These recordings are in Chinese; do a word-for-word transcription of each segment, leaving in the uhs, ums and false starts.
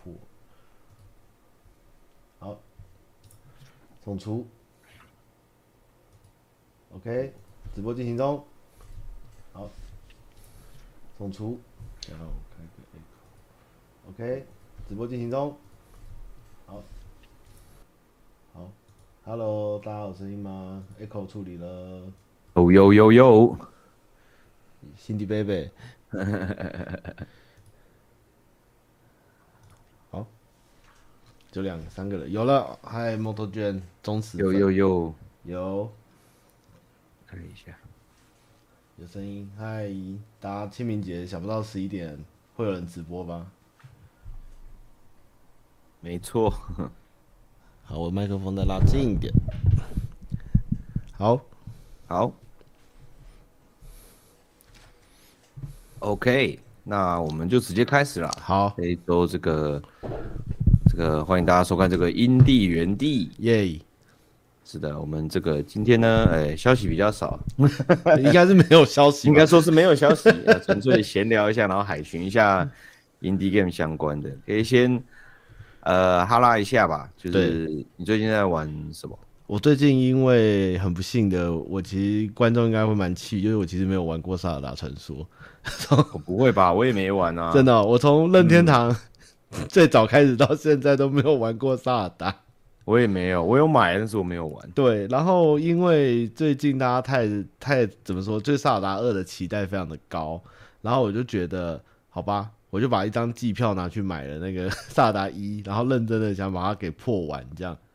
破。好，送出。OK， 直播进行中。好，送出。然后开个 echo。OK， 直播进行中。好，好 ，Hello， 大家有声音吗 ？Echo 处理了。 有有有有。 辛迪贝贝。好，就两三个人，有了。嗨，摩托卷忠实粉。 有有有有。 看一下， 有声音。嗨，大家清明节想不到十一点会有人直播吧？ 没错。 好，我麦克风再拉近一点。好， 好 ，OK， 那我们就直接开始了。 好， 这一周这个这个欢迎大家收看这个因地原地， 耶！ 是的，我们这个今天呢，哎，消息比较少， 应该是没有消息， 应该说是没有消息，纯粹闲聊一下，然后海巡一下 indie game 相关的，可以先呃哈拉一下吧。就是你最近在玩什么？ 我最近因为很不幸的，我其实观众应该会蛮气，就是我其实没有玩过《萨尔达传说》。 我不会吧？我也没玩啊。 真的、哦，我从任天堂、嗯、最早开始到现在都没有玩过萨尔达。 我也没有，我有买，但是我没有玩。 对，然后因为最近大家太太怎么说，对萨尔达二的期待非常的高，然后我就觉得，好吧，我就把一张季票拿去买了那个萨尔达一，然后认真的想把它给破完，这样。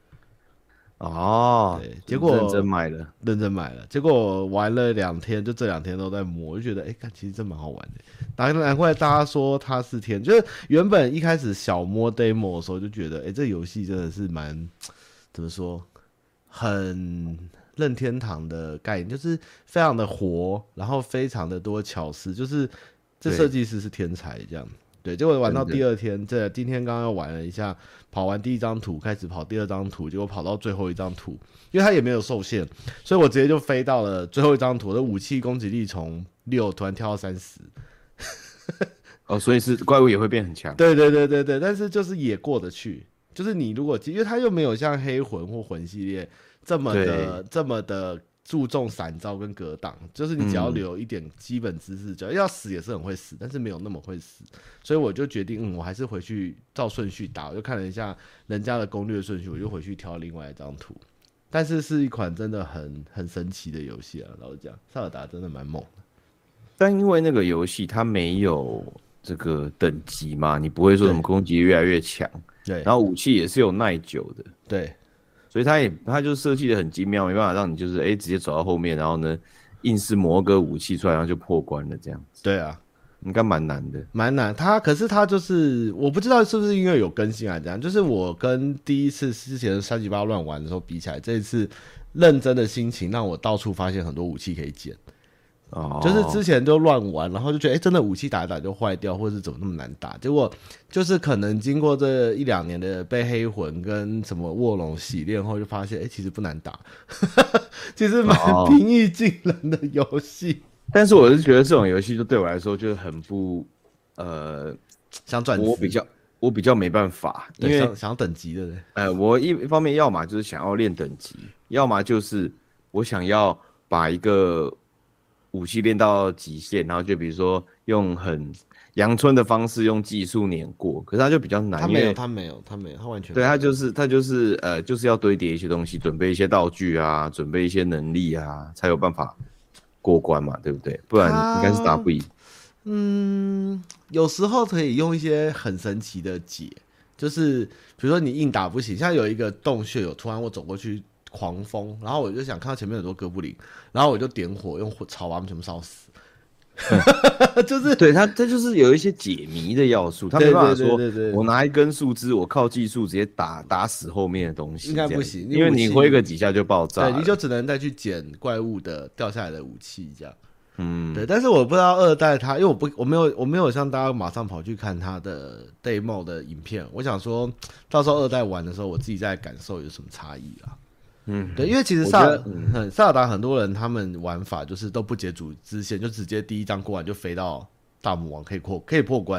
哦， 对，结果认真买了， 认真买了，结果玩了两天，就这两天都在摸，我就觉得，哎、欸，看其实真蛮好玩的。难难怪大家说它是天，就是原本一开始小摸 demo 的时候就觉得，哎、欸，这游戏真的是蛮怎么说，很任天堂的概念，就是非常的活，然后非常的多巧思，就是这设计师是天才这样。对，结果玩到第二天，这今天刚刚玩了一下，跑完第一张图，开始跑第二张图，结果跑到最后一张图，因为它也没有受限，所以我直接就飞到了最后一张图。我的武器攻击力从六突然跳到三十。 哦，所以是怪物也会变很强。 对对对对对，但是就是也过得去，就是你如果因为它又没有像黑魂或魂系列这么的这么的。注重闪招跟格挡，就是你只要留一点基本知识，就、嗯、要死也是很会死，但是没有那么会死，所以我就决定，嗯，我还是回去照顺序打。我就看了一下人家的攻略顺序，我就回去挑另外一张图。但是是一款真的很很神奇的游戏啊！老实讲，萨尔达真的蛮猛的。 但因为那个游戏它没有这个等级嘛，你不会说什么攻击越来越强， 对， 然后武器也是有耐久的， 对。 所以它也它就设计的很精妙，没办法让你就是哎、欸、直接走到后面，然后呢硬是磨个武器出来，然后就破关了这样子。 对啊， 应该蛮难的， 蛮难。它可是它就是我不知道是不是因为有更新还是怎样，就是我跟第一次之前三级八乱玩的时候比起来，这一次认真的心情让我到处发现很多武器可以捡。哦，就是之前就乱玩，然后就觉得哎、欸，真的武器打一打就坏掉，或者是怎么那么难打？结果就是可能经过这一两年的被黑魂跟什么卧龙洗练后，就发现哎、欸，其实不难打，其实蛮平易近人的游戏。 但是我是觉得这种游戏就对我来说就很不呃想转， 我比较我比较没办法，因为想想要等级的人， 呃，我一方面要么就是想要练等级，要么就是我想要把一个武器练到极限，然后就比如说用很阳春的方式用技术碾过，可是它就比较难。 他没有，他没有，他没有，他完全没有。 对，他就是他就是呃，就是要堆叠一些东西，准备一些道具啊，准备一些能力啊，才有办法过关嘛，对不对？不然应该是打不赢。 嗯，有时候可以用一些很神奇的解，就是比如说你硬打不行，像有一个洞穴，有突然我走过去。狂风，然后我就想看到前面很多哥布林，然后我就点火用草把他们全部烧死。就是对他，他就是有一些解谜的要素，他没办法说，我拿一根树枝，我靠技术直接打打死后面的东西， 应该不行， 因为你挥个几下就爆炸了， 对，你就只能再去捡怪物的掉下来的武器这样。 嗯， 对，但是我不知道二代它，因为我不我没有我没有像大家马上跑去看它的 demo 的影片，我想说到时候二代玩的时候，我自己再感受有什么差异啦。嗯，对，因为其实萨尔、嗯、萨尔达很多人他们玩法就是都不解主支线，就直接第一章过完就飞到大魔王可以破可以破关。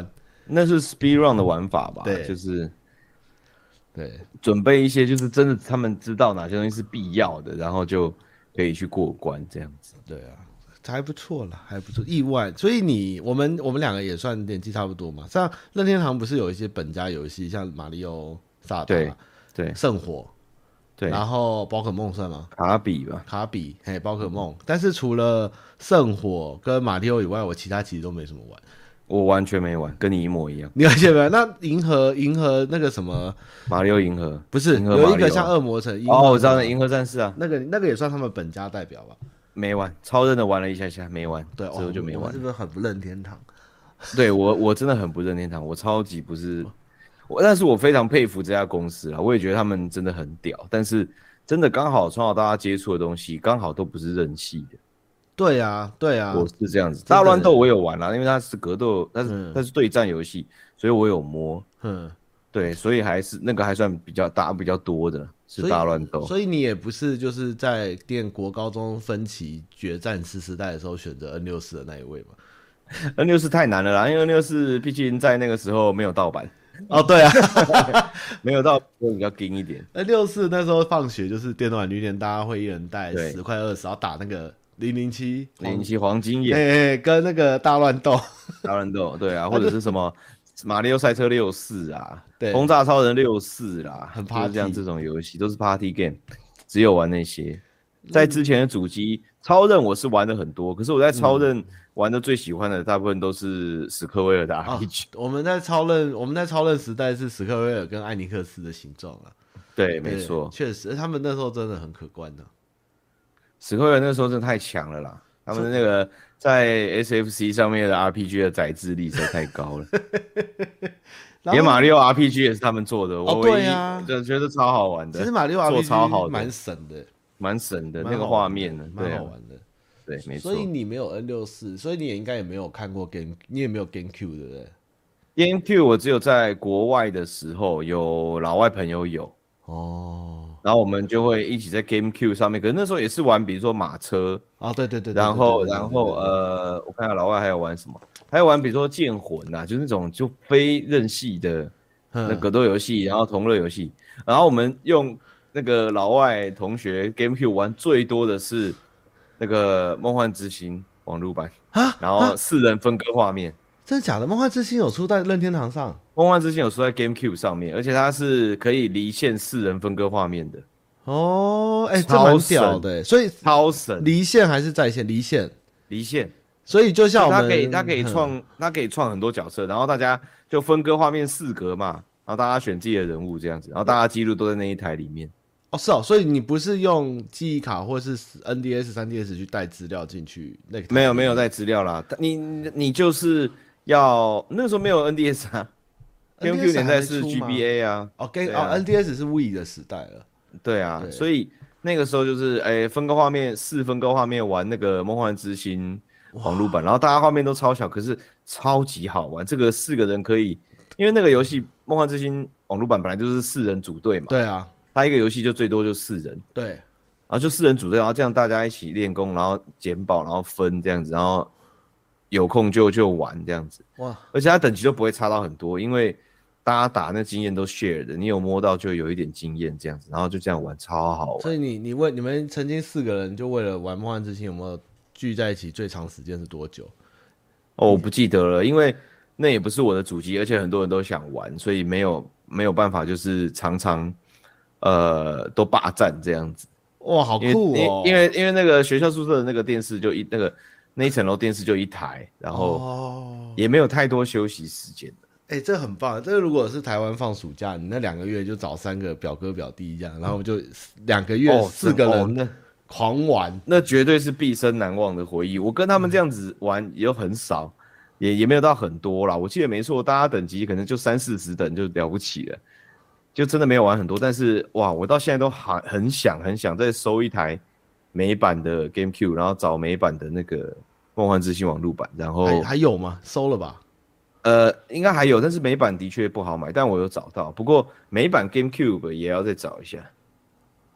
那是 speed run 的玩法吧？ 对， 就是对， 准备一些就是真的他们知道哪些东西是必要的，然后就可以去过关这样子。 对啊，还不错啦，还不错，意外。所以你我们我们两个也算年纪差不多嘛。像任天堂不是有一些本家游戏，像马里奥、萨达、 对对圣火， 对， 然后宝可梦算吗？ 卡比吧， 卡比，嘿，宝可梦。但是除了圣火跟马里奥以外，我其他其实都没什么玩。 我完全没玩，跟你一模一样。 你了解没有？那银河银河那个什么马里奥银河不是银河有一个像恶魔城？ 哦，我知道那银河战士啊， 那个那个也算他们本家代表吧？ 没玩，超任的玩了一下下，没玩， 对， 之后就没玩。 我是不是很不认天堂？ 对我我真的很不认天堂，我超级不是，我但是我非常佩服这家公司啦，我也觉得他们真的很屌，但是真的刚好从小到大接触的东西，刚好都不是任系的。 对啊，对啊， 我是这样子。大乱斗我有玩啦，因为它是格斗，它是、 嗯、 它是对战游戏，所以我有摸。 嗯， 对，所以还是那个还算比较大比较多的，是大乱斗。 所以你也不是就是在念国高中分歧决战次世代的时候选择 N 六四 的那一位嘛 ？N 六四 太难了啦，因为 N 六四 毕竟在那个时候没有盗版。 哦，对啊， 没有盗版会比较硬一点。 N 六四 那时候放学就是电动玩具店，大家会一人带对十块二十，然后打那个零零七零零七黄金眼， 哎、欸，跟那个大乱斗， 大乱斗，对啊，或者是什么马里奥赛车六四啊， 对， 轰炸超人六四啦， 很 party， 像这种游戏都是 party game， 只有玩那些。在之前的主机超任我是玩的很多，可是我在超任玩的最喜欢的大部分都是史克威尔的 R P G。 哦、我们在超任我们在超任时代是史克威尔跟艾尼克斯的形状啊。 对，没错， 确实，他们那时候真的很可观的、啊。 史克威尔那时候真的太强了啦，他们那个在 S F C 上面的 R P G 的载智力实在太高了。连马里奥 R P G 也是他们做的，我唯一就觉得超好玩的。 其实马里奥 R P G 超好的， 蛮神的， 蛮神的那个画面的， 蛮好玩的。 对，没错。 所以你没有 N 六四，所以你也应该也没有看过 Game， 你也没有 GameCube 对不对 ？GameCube 我只有在国外的时候有老外朋友有哦，然后我们就会一起在 GameCube 上面，可是那时候也是玩，比如说马车啊，对对对， 然后然后呃，我看下老外还有玩什么，还有玩比如说剑魂啊，就是那种就非任系的那格斗游戏，然后同乐游戏，然后我们用那个老外同学 GameCube 玩最多的是那个梦幻之星网路版啊，然后四人分割画面。 真的假的？梦幻之星有出在任天堂上， 梦幻之星有出在 GameCube 上面，而且它是可以离线四人分割画面的。 哦，哎、欸，这蛮屌的，所以超神。 离线还是在线？离线， 离线。 所以就像我们， 它可以，它可以创，它可以创很多角色，然后大家就分割画面四格嘛，然后大家选自己的人物这样子，然后大家记录都在那一台里面。 哦，是哦，所以你不是用记忆卡或是 N D S、三 D S 去带资料进去那个？ 没有，没有带资料啦。你你就是要那时候没有 N D S 啊 ，GameCube 年代是 G B A 啊。 哦 ，Game 哦 N D S 是 Wii 的时代了。 对啊，对所以那个时候就是哎、欸、分割画面四分割画面玩那个梦幻之星网路版，然后大家画面都超小，可是超级好玩。这个四个人可以，因为那个游戏梦幻之星网路版本来就是四人组队嘛。 对啊。 他一个游戏就最多就四人， 对， 然后就四人组队，然后这样大家一起练功，然后捡宝，然后分这样子，然后有空就就玩这样子。哇！而且他等级都不会差到很多，因为大家打那经验都 share 的，你有摸到就有一点经验这样子，然后就这样玩超好玩。 所以你你问你们曾经四个人就为了玩梦幻之星有没有聚在一起最长时间是多久？ 哦，我不记得了，因为那也不是我的主机，而且很多人都想玩，所以没有没有办法，就是常常。呃，都霸占这样子， 哇，好酷哦！ 因为因为那个学校宿舍的那个电视就一那个那一层楼电视就一台，然后也没有太多休息时间。 哎、欸，这很棒！这如果是台湾放暑假，你那两个月就找三个表哥表弟这样，然后就两个月四个人狂玩， 哦、那, 那绝对是毕生难忘的回忆。我跟他们这样子玩也很少，也也没有到很多啦。我记得没错，大家等级可能就三四十等就了不起了。就真的没有玩很多，但是哇，我到现在都很很想很想再收一台美版的 GameCube， 然后找美版的那个梦幻之星网路版，然后还, 还有吗？收了吧？ 呃，应该还有，但是美版的确不好买，但我有找到。不过美版 GameCube 也要再找一下。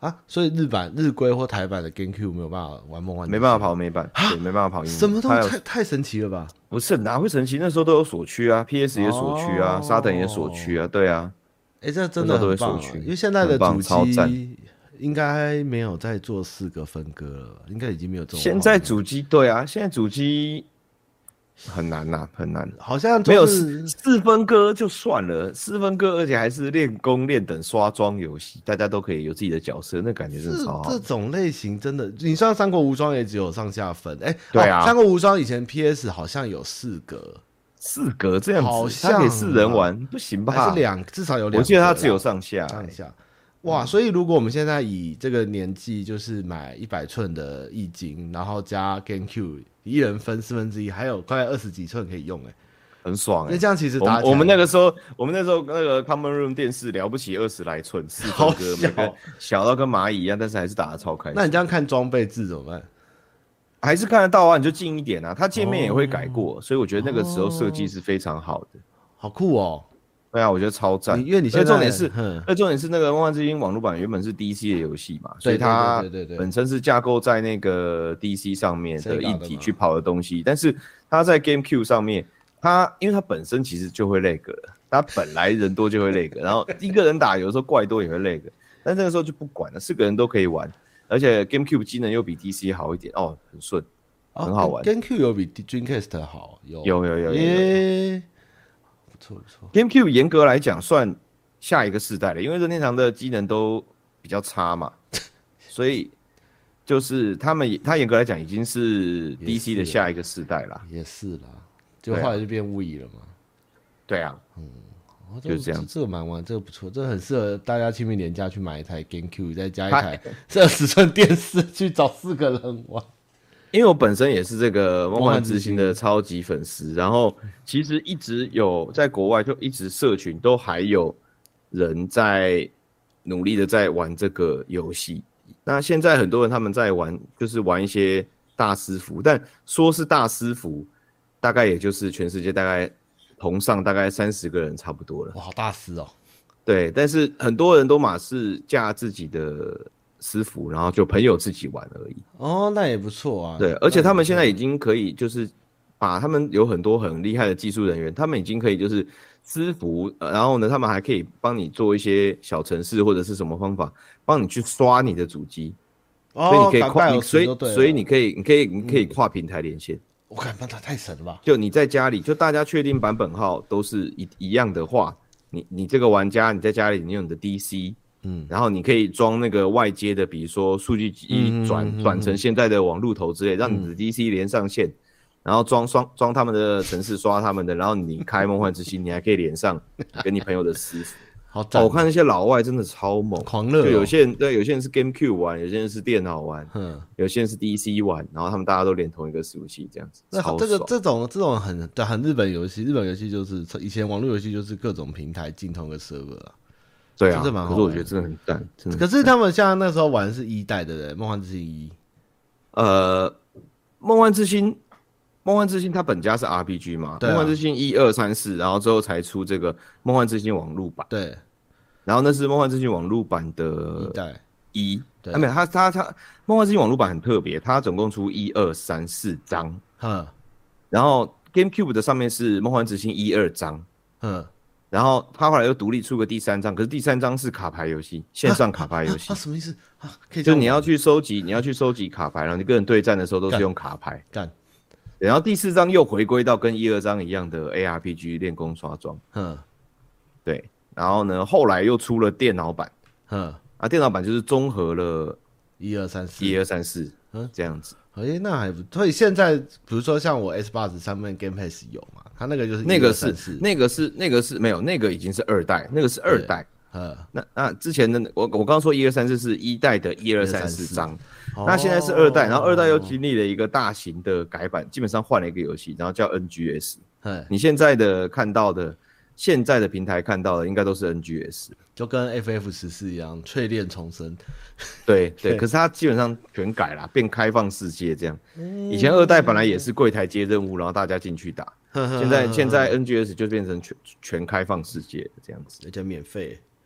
啊，所以日版、日规或台版的 GameCube 没有办法玩梦幻之星， 没办法跑美版，对，没办法跑英文。 什么都太太神奇了吧？ 不是哪会神奇？那时候都有锁区啊 ，P S 也锁区啊，沙、哦、腾也锁区啊，对啊。 哎、欸，这真的很棒、啊，因为现在的主机应该没有在做四个分割了，应该已经没有这种。 现在主机对啊，现在主机。很难呐、啊，很难。 好像没有四四分割就算了，四分割而且还是练功练等刷装游戏，大家都可以有自己的角色，那感觉真的超好。 这种类型真的，你像《三国无双》也只有上下分，哎、欸， 对啊， 哦《三国无双》以前 P S 好像有四格， 四格这样子， 好像、啊、 它可以四人玩，不行吧？ 还是两，至少有两。 我记得它只有上下、欸， 上下。哇，所以如果我们现在以这个年纪，就是买一百寸的液晶，然后加 GameCube， 一人分四分之一，还有快二十几寸可以用、欸，哎， 很爽哎、欸。 那这样其实打起来我们那个时候，我们那时候那个 Common Room 电视了不起二十来寸，四分割，每个小到跟蚂蚁一样，但是还是打得超开心。 那你这样看装备字怎么办？ 还是看得到啊，你就近一点啊，它界面也会改过，哦、所以我觉得那个时候设计是非常好的， 好酷哦。 对啊，我觉得超赞。 因为你现在重点是，那重点是那个《梦幻之星》网络版原本是 D C 的游戏嘛，所以它本身是架构在那个 D C 上面的硬体去跑的东西，但是它在 GameCube 上面，它因为它本身其实就会 lag 了，它本来人多就会 lag， 然后一个人打有的时候怪多也会 lag， 但这个时候就不管了，四个人都可以玩，而且 GameCube 机能又比 D C 好一点，哦，很顺，很好玩。 哦、GameCube 有比 Dreamcast 好，有有有有有。 耶不错不错 ，GameCube 严格来讲算下一个世代了，因为任天堂的机能都比较差嘛，所以就是他们他严格来讲已经是 D C 的下一个世代啦。 也是啦，就后来就变 Wii 了嘛。 对啊， 嗯，哦、 就是这样。 这个蛮玩，这个不错，这个很适合大家清明年假去买一台 GameCube， 再加一台二十寸电视去找四个人玩。 因为我本身也是这个梦幻之星的超级粉丝，然后其实一直有在国外就一直社群都还有人在努力的在玩这个游戏。那现在很多人他们在玩，就是玩一些大师服，但说是大师服，大概也就是全世界大概同上大概三十个人差不多了。 哇，好大师哦！ 对，但是很多人都马是架自己的师傅，然后就朋友自己玩而已。 哦，那也不错啊。 对，而且他们现在已经可以，就是把他们有很多很厉害的技术人员，他们已经可以就是师傅，呃、然后呢，他们还可以帮你做一些小程式或者是什么方法，帮你去刷你的主机。哦，所以你可以跨，你所以所以你可以你可以你可以跨平台连线。 我感觉它太神了吧！ 就你在家里，就大家确定版本号都是一一样的话，你你这个玩家你在家里你用你的 D C。嗯，然后你可以装那个外接的，比如说数据机转转成现在的网路头之类，让你的 D C 连上线，嗯、然后装装装他们的程式刷他们的，然后你开梦幻之星，你还可以连上跟你朋友的师傅。 好赞、 哦！我看那些老外真的超猛， 狂热、哦。 就有些人对，有些人是 GameCube 玩，有些人是电脑玩，嗯，有些人是 D C 玩，然后他们大家都连同一个服务器这样子。 那这个这种这种很很日本游戏，日本游戏就是以前网络游戏就是各种平台进同一个 server 啊。 对啊，可是我觉得真的很赞，真的。 可是他们像那时候玩的是一代的人，梦幻之星一。 呃，梦幻之星，梦幻之星它本家是 R P G 嘛，梦、啊、幻之星一二三四，然后之后才出这个梦幻之星网路版。 对， 然后那是梦幻之星网路版的一代一，对，没有，它它它梦幻之星网路版很特别，它总共出一二三四章，嗯，然后 GameCube 的上面是梦幻之星一二章，嗯。然后他后来又独立出个第三章，可是第三章是卡牌游戏，线上卡牌游戏。 啊啊啊、什么意思啊？可以就你要去收集，你要去收集卡牌，然后你跟人对战的时候都是用卡牌。 干。 然后第四章又回归到跟一二章一样的 A R P G 练功刷装。嗯。对，然后呢，后来又出了电脑版。嗯。啊，电脑版就是综合了一二三四， 一二三四，嗯，这样子。 哎、欸，那还不，所以现在比如说像我 S 八十上面 Game Pass 有嘛，它那个就是那个是那个是那个是没有，那个已经是二代，那个是二代。呃，那那之前的我我刚刚说一二三四是一代的一二三四章，那现在是二代，然后二代又经历了一个大型的改版，基本上换了一个游戏，然后叫 N G S。你现在的看到的，现在的平台看到的应该都是 N G S， 就跟 F F 十四一样，淬炼重生。 对对，可是它基本上全改了，变开放世界这样。以前二代本来也是柜台接任务，然后大家进去打，现在现在 N G S 就变成全全开放世界这样子， 而且免费。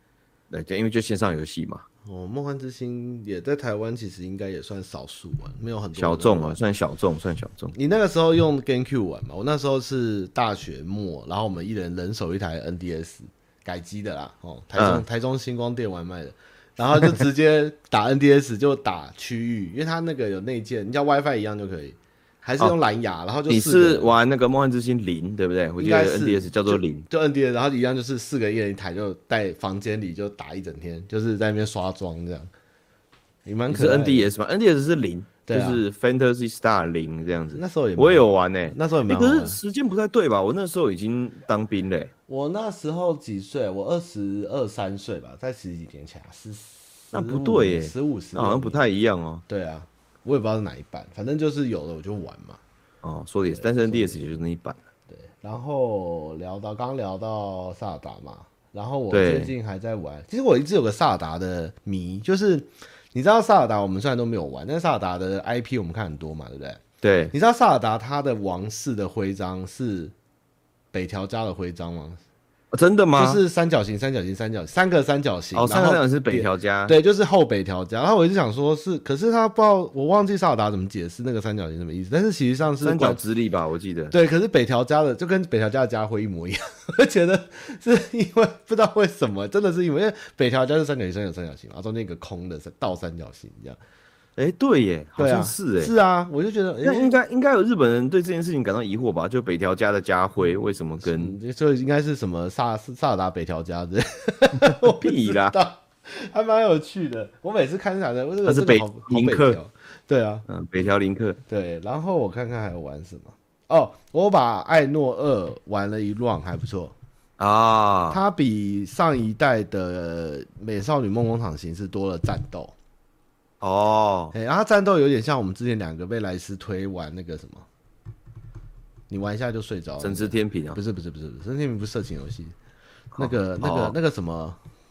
对，因为就线上游戏嘛。 哦，梦幻之星也在台湾，其实应该也算少数啊，没有很多小众啊，算小众，算小众。 你那个时候用 GameCube 玩嘛？我那时候是大学末，然后我们一人人手一台 N D S 改机的啦，哦，台中、嗯、台中星光电玩卖的，然后就直接打 N D S 就打区域，因为它那个有内建，你像 WiFi 一样就可以。还是用蓝牙、哦，然后就你是玩那个梦幻之星零对不对？我记得 N D S 叫做零， 就 N D S， 然后一样就是四个一人一台，就在房间里就打一整天，就是在那边刷装这样。你蛮可爱的。 是 N D S 吗 ？N D S 是零、啊，就是 Fantasy Star 零这样子。 那时候也我也有玩呢、欸， 那时候也蛮、 欸。可是时间不太对吧？我那时候已经当兵嘞、欸。 我那时候几岁？我二十二三岁吧，在十几年前啊，十那不对耶、欸， 十五十好像不太一样哦。 对啊，我也不知道是哪一版，反正就是有的我就玩嘛。 哦，说的也是，但是 N D S 也就是那一版。 对，然后聊到刚聊到萨尔达嘛，然后我最近还在玩。其实我一直有个萨尔达的迷，就是你知道萨尔达我们虽然都没有玩，但萨尔达的 I P 我们看很多嘛，对不对？ 对。 你知道萨尔达它的王室的徽章是北条家的徽章吗？ 哦、真的吗？ 就是三角形、三角形、三角形，三个三角形。 哦，三个三角形是北条家。 对，就是后北条家。然后我一直想说是，可是他不知道，我忘记萨尔达怎么解释那个三角形什么意思。但是实际上是三角直立吧，我记得。 对，可是北条家的就跟北条家的家徽一模一样，我觉得是因为不知道为什么，真的是因为因为北条家是三角形、三角三角形，然后中间一个空的倒三角形这样。 哎、欸，对耶，好像是哎、 啊，是啊，我就觉得， 那应该应该有日本人对这件事情感到疑惑吧？就北条家的家徽为什么跟， 就应该是什么萨萨尔达北条家之类， 我屁啦， 还蛮有趣的。我每次看下来，我这个是北林克， 对啊， 嗯，北条林克， 对。然后我看看还有玩什么哦，我把艾诺二玩了一 round， 还不错啊， 它比上一代的美少女梦工厂形式多了战斗。 哦， 哎、欸，然后战斗有点像我们之前两个被莱斯推玩那个什么，你玩一下就睡着了。 神之天平啊？ 不是不是不是，神之天平不是色情游戏，那个那个那个什么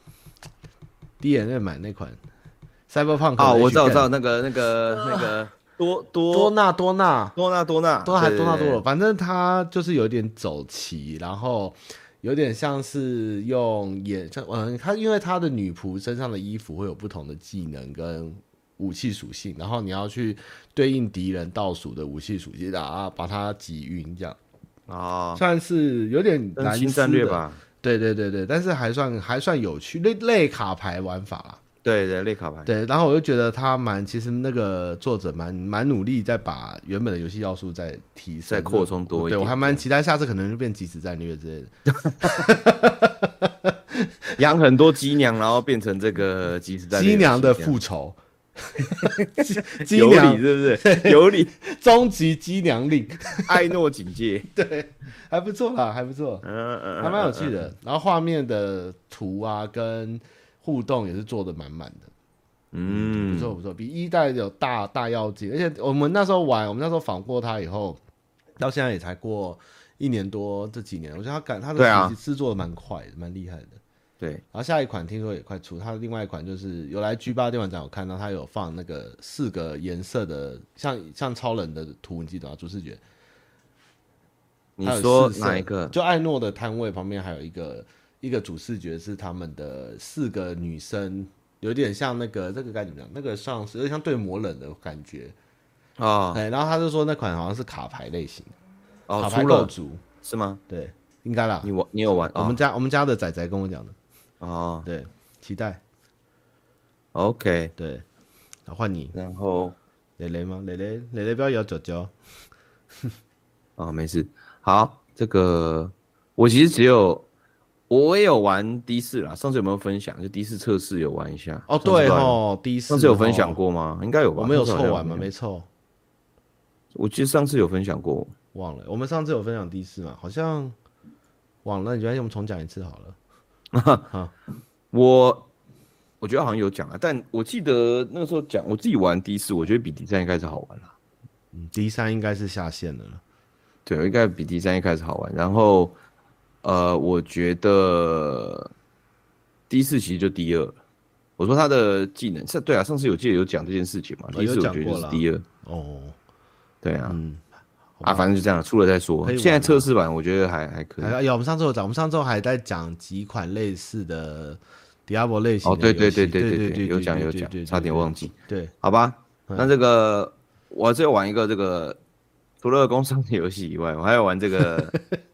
，D N A 买那款 Cyberpunk 啊，我知道我知道那个那个那个多多多纳多纳多纳多纳多还多纳多了，反正它就是有点走棋，然后。有点像是用眼像嗯，他因为他的女仆身上的衣服会有不同的技能跟武器属性，然后你要去对应敌人倒数的武器属性，然后把它击晕这样啊， 算是有点难新战略吧？ 对对对对，但是还算还算有趣，类类卡牌玩法啦。 对对，类卡牌。 对，然后我就觉得他蛮，其实那个作者蛮蛮努力，在把原本的游戏要素再提升、 再扩充多一点。 对我还蛮期待下次可能就变即时战略之类的， 养很多鸡娘，然后变成这个即时战略。 鸡娘的复仇， 鸡娘是不是？有理， 终极鸡娘令， 艾诺警戒， 对，还不错啦，还不错， 嗯嗯， 还蛮有趣的。然后画面的图啊跟互动也是做的满满的，嗯，不错不错，比一代有大大要进，而且我们那时候玩，我们那时候访过他以后，到现在也才过一年多，这几年，我觉得他感他的制作的蛮快的，蛮厉害的。 对， 然后下一款听说也快出，他的另外一款就是有来 G 八电玩展，有看到他有放那个四个颜色的，像像超人的图，你记得吗？主视觉。 你说哪一个？ 就艾诺的摊位旁边还有一个。一个主视觉是他们的四个女生，有点像那个这个该怎么讲？那个像是有点像对魔人的感觉啊。哎、哦，然后他就说那款好像是卡牌类型， 哦， 卡牌构筑是吗？ 对，应该啦。 你玩你有玩？ 我们家、哦、我们家的仔仔跟我讲的。 哦， 对，期待。 OK， 对，好换你。 然后蕾蕾吗？蕾蕾蕾蕾不要咬脚脚。 哦，没事。好，这个我其实只有。我也有玩的士啦，上次有没有分享？就的士测试有玩一下。 哦，对哦，的士上次有分享过吗？应该有吧。 我没有凑完吗？没凑。 我记得上次有分享过， 忘了。我们上次有分享的士嘛？好像忘了。你觉得我们重讲一次好了。 我我觉得好像有讲啊，但我记得那个时候讲我自己玩的士，我觉得比D三应该是好玩啦。 嗯，D三应该是下线了。 对，应该比D三一开始好玩，然后。呃，我觉得的士其实就第二。我说他的技能是，对啊，上次有记得有讲这件事情嘛？的士我觉得就是第二。哦，对啊，嗯，啊，反正就这样，出了再说。现在测试版我觉得还还可以。 哎呀，我们上次有讲，我们上周还在讲几款类似的 Diablo 类型哦， 的游戏。 对对对对对对，有讲有讲，差点忘记。 对， 好吧， 嗯那这个我只有玩一个这个，除了工商的游戏以外，我还有玩这个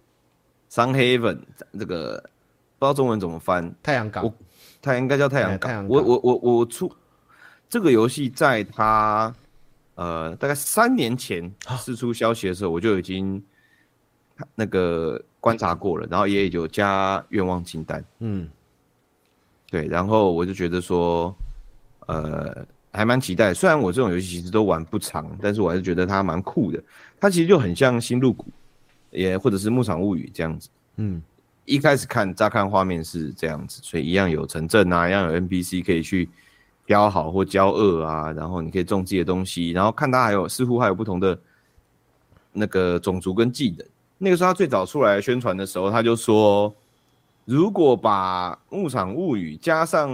Sunhaven 这个，不知道中文怎么翻， 太阳港， 我它应该叫太阳港。 哎太阳港我我我我出这个游戏在它呃大概三年前释出消息的时候，我就已经那个观察过了，然后也有加愿望清单。 嗯， 对，然后我就觉得说，呃，还蛮期待。虽然我这种游戏其实都玩不长，但是我还是觉得它蛮酷的。它其实就很像《新入谷》，也或者是《牧场物语》这样子。 嗯， 一开始看乍看画面是这样子，所以一样有城镇啊，一样有 N P C 可以去挑好或交恶啊，然后你可以种自己的东西，然后看它还有似乎还有不同的那个种族跟技能。那个时候他最早出来宣传的时候，他就说，如果把《牧场物语》加上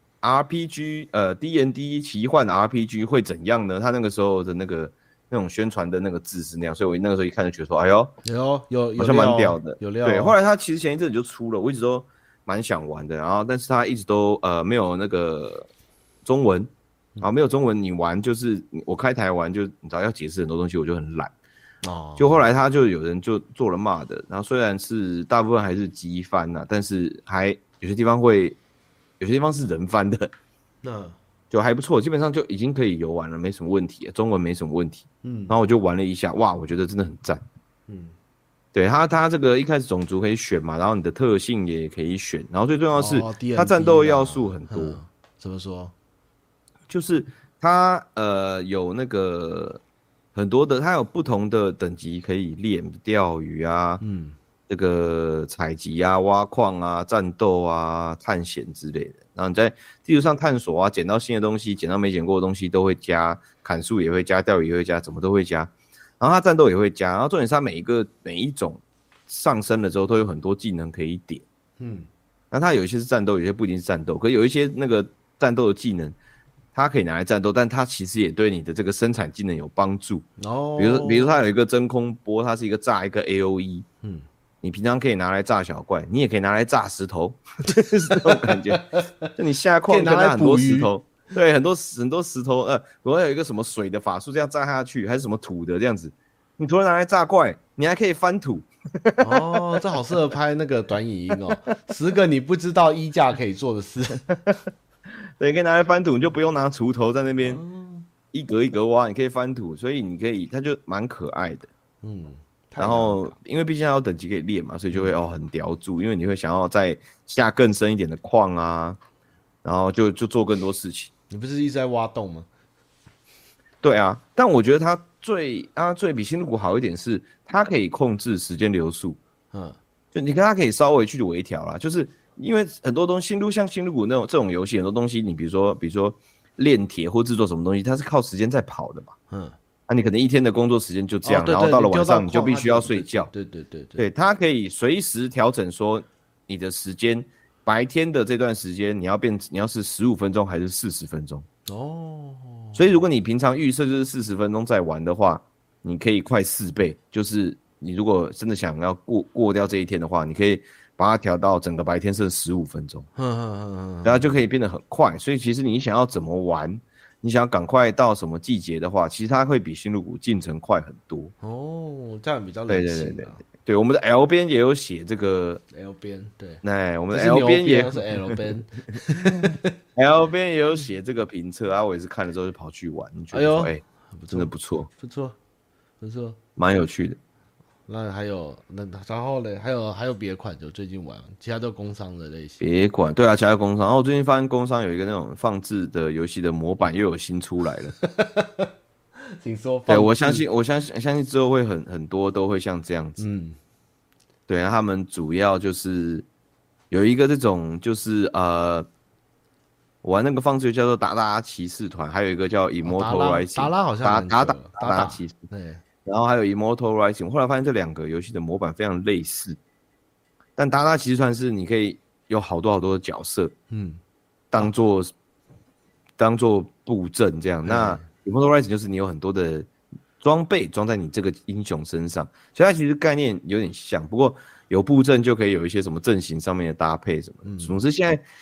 R P G， 呃 D and D 奇幻 R P G 会怎样呢？他那个时候的那个那种宣传的那个字是那样，所以我那个时候一看就觉得说，哎呦， 有有有好像蛮屌的， 有料、哦。 对，后来他其实前一阵子就出了，我一直都蛮想玩的，然后但是他一直都呃没有那个中文，啊没有中文，你玩就是我开台玩就你知道要解释很多东西，我就很懒。哦，就后来他就有人就做了骂的，然后虽然是大部分还是机翻呐、啊，但是还有些地方会，有些地方是人翻的，那就还不错，基本上就已经可以游玩了，没什么问题，中文没什么问题。嗯，然后我就玩了一下，哇，我觉得真的很赞。嗯，对他他这个一开始种族可以选嘛，然后你的特性也可以选，然后最重要的是、哦、他战斗要素很多。 嗯、怎么说？ 就是他呃有那个。很多的，它有不同的等级可以练，钓鱼啊，嗯，这个采集啊、挖矿啊、战斗啊、探险之类的。然后你在地图上探索啊，捡到新的东西，捡到没捡过的东西都会加，砍树也会加，钓鱼也会加，怎么都会加。然后它战斗也会加，然后重点是它每一个每一种上升了之后都有很多技能可以点，嗯，那它有一些是战斗，有些不一定是战斗，可有一些那个战斗的技能。它可以拿来战斗，但它其实也对你的这个生产技能有帮助。哦，比如说，比如说它有一个真空波，它是一个炸一个 A O E， 嗯，你平常可以拿来炸小怪，你也可以拿来炸石头，就是这种感觉。就你下矿可以拿很多石头，对，很多很多石头，呃，如果有一个什么水的法术这样炸下去，还是什么土的这样子，你突然拿来炸怪，你还可以翻土。 哦，这好适合拍那个短影音哦，十个你不知道衣架可以做的事。 对，可以拿来翻土，你就不用拿锄头在那边一格一格挖，你可以翻土，所以你可以，它就蛮可爱的。嗯，然后因为毕竟它有等级可以练嘛，所以就会哦很叼住，因为你会想要再下更深一点的矿啊，然后就就做更多事情。 你不是一直在挖洞吗？ 对啊，但我觉得它最它最比新入谷好一点是，它可以控制时间流速。嗯，就你看它可以稍微去微调啦，就是。因为很多东西，新入像新入谷那种这种游戏，很多东西，你比如说，比如说炼铁或制作什么东西，它是靠时间在跑的嘛。嗯，啊，你可能一天的工作时间就这样，哦、对对然后到了晚上你就必须要睡觉。 对对对 对, 对，它可以随时调整说你的时间，白天的这段时间你要变，你要是十五分钟还是四十分钟。哦，所以如果你平常预设就是四十分钟在玩的话，你可以快四倍。就是你如果真的想要过过掉这一天的话，你可以。把它调到整个白天剩十五分钟，然后就可以变得很快。所以其实你想要怎么玩，你想要赶快到什么季节的话，其实它会比新入谷进程快很多。 哦，这样比较人性、啊。 对对对对对，我们的 L 边也有写这个 L 边，对， 哎，我们的 L 边也是 L 边 ，L 边也有写这个评测啊，我也是看了之后就跑去玩，你觉得说，哎、欸，真的不错， 不错，不错， 蛮有趣的。 那还有那然后呢？还有还有别款就最近玩，其他都工商的类型。 别管，对啊，其他工商。然后我最近发现工商有一个那种放置的游戏的模板又有新出来了。 请说。 对，我相信，我相信，相信之后会很很多都会像这样子。嗯，对啊，他们主要就是有一个这种就是呃，我玩那个放置叫做达达骑士团，还有一个叫 Immortal Rising， 达拉好像达达达达骑士。对。然后还有 Immortal Rising， 我后来发现这两个游戏的模板非常类似，但达达其实算是你可以有好多好多的角色，嗯，当做当做布阵这样。那 Immortal Rising 就是你有很多的装备装在你这个英雄身上，所以它其实概念有点像，不过有布阵就可以有一些什么阵型上面的搭配什么。嗯，总之现在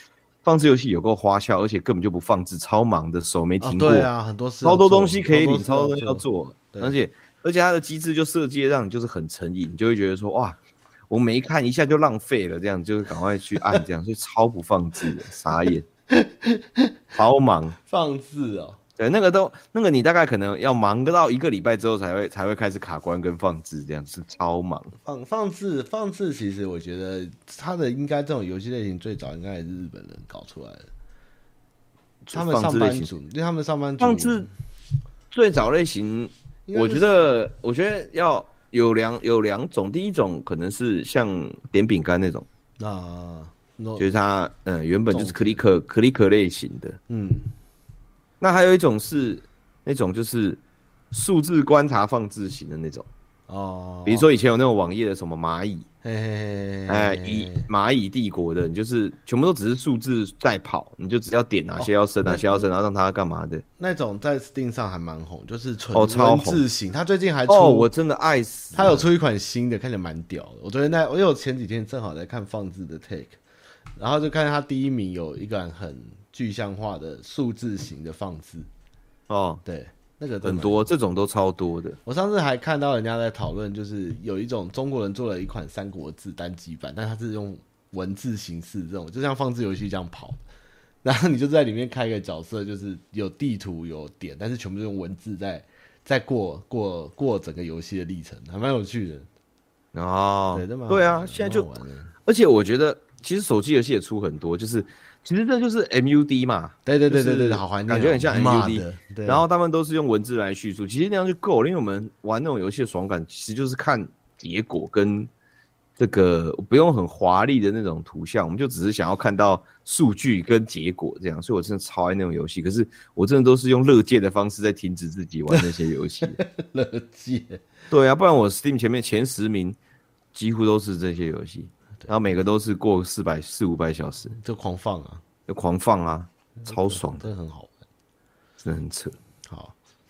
放置游戏有够花俏，而且根本就不放置，超忙的，手没停过。 哦、对啊，很多事， 超多东西可以领，超多东西要要做，而且而且它的机制就设计让你就是很成瘾，你就会觉得说哇，我没看一下就浪费了，这样就是赶快去按这样，所以超不放置的，傻眼，超忙放置哦。 对，那个都那个你大概可能要忙到一个礼拜之后才会才会开始卡关跟放置，这样是超忙。 放放置放置，其实我觉得它的应该这种游戏类型最早应该也是日本人搞出来的。他们上班族，因为他们上班族放置最早类型，我觉得我觉得要有两有两种，第一种可能是像点饼干那种啊， 就是它呃原本就是 click click 类型的， 嗯。 那还有一种是那种就是数字观察放置型的那种哦，比如说以前有那种网页的什么蚂蚁，哎，以蚂蚁帝国的，你就是全部都只是数字在跑，你就只要点哪些要升，哪些要升，然后让它干嘛的。 那种在 Steam 上还蛮红，就是纯文字型。他最近还出哦，我真的爱死。 他有出一款新的，看起来蛮屌的。我昨天在，因为我前几天正好在看放置的 Take， 然后就看他第一名有一个很具象化的数字型的放置。哦，对。那个很多，这种都超多的。 我上次还看到人家在讨论，就是有一种中国人做了一款《三国志》单机版，但它是用文字形式，这种就像放置游戏这样跑，然后你就在里面开一个角色，就是有地图有点，但是全部是用文字在在过过过整个游戏的历程，还蛮有趣的。 哦，对，对啊，现在就，而且我觉得其实手机游戏也出很多，就是。其实这就是 M U D 嘛， 对对对对对，好怀念， 感觉很像 M U D， 然后他们都是用文字来叙述，其实那样就够了，因为我们玩那种游戏的爽感，其实就是看结果跟这个不用很华丽的那种图像，我们就只是想要看到数据跟结果这样，所以我真的超爱那种游戏。可是我真的都是用乐界的方式在停止自己玩那些游戏。 乐界， 对啊，不然我 Steam 前面前十名几乎都是这些游戏。然后每个都是过四百四五百小时， 就狂放啊， 就狂放啊，超爽的， 真的很好玩， 真的很扯。 好，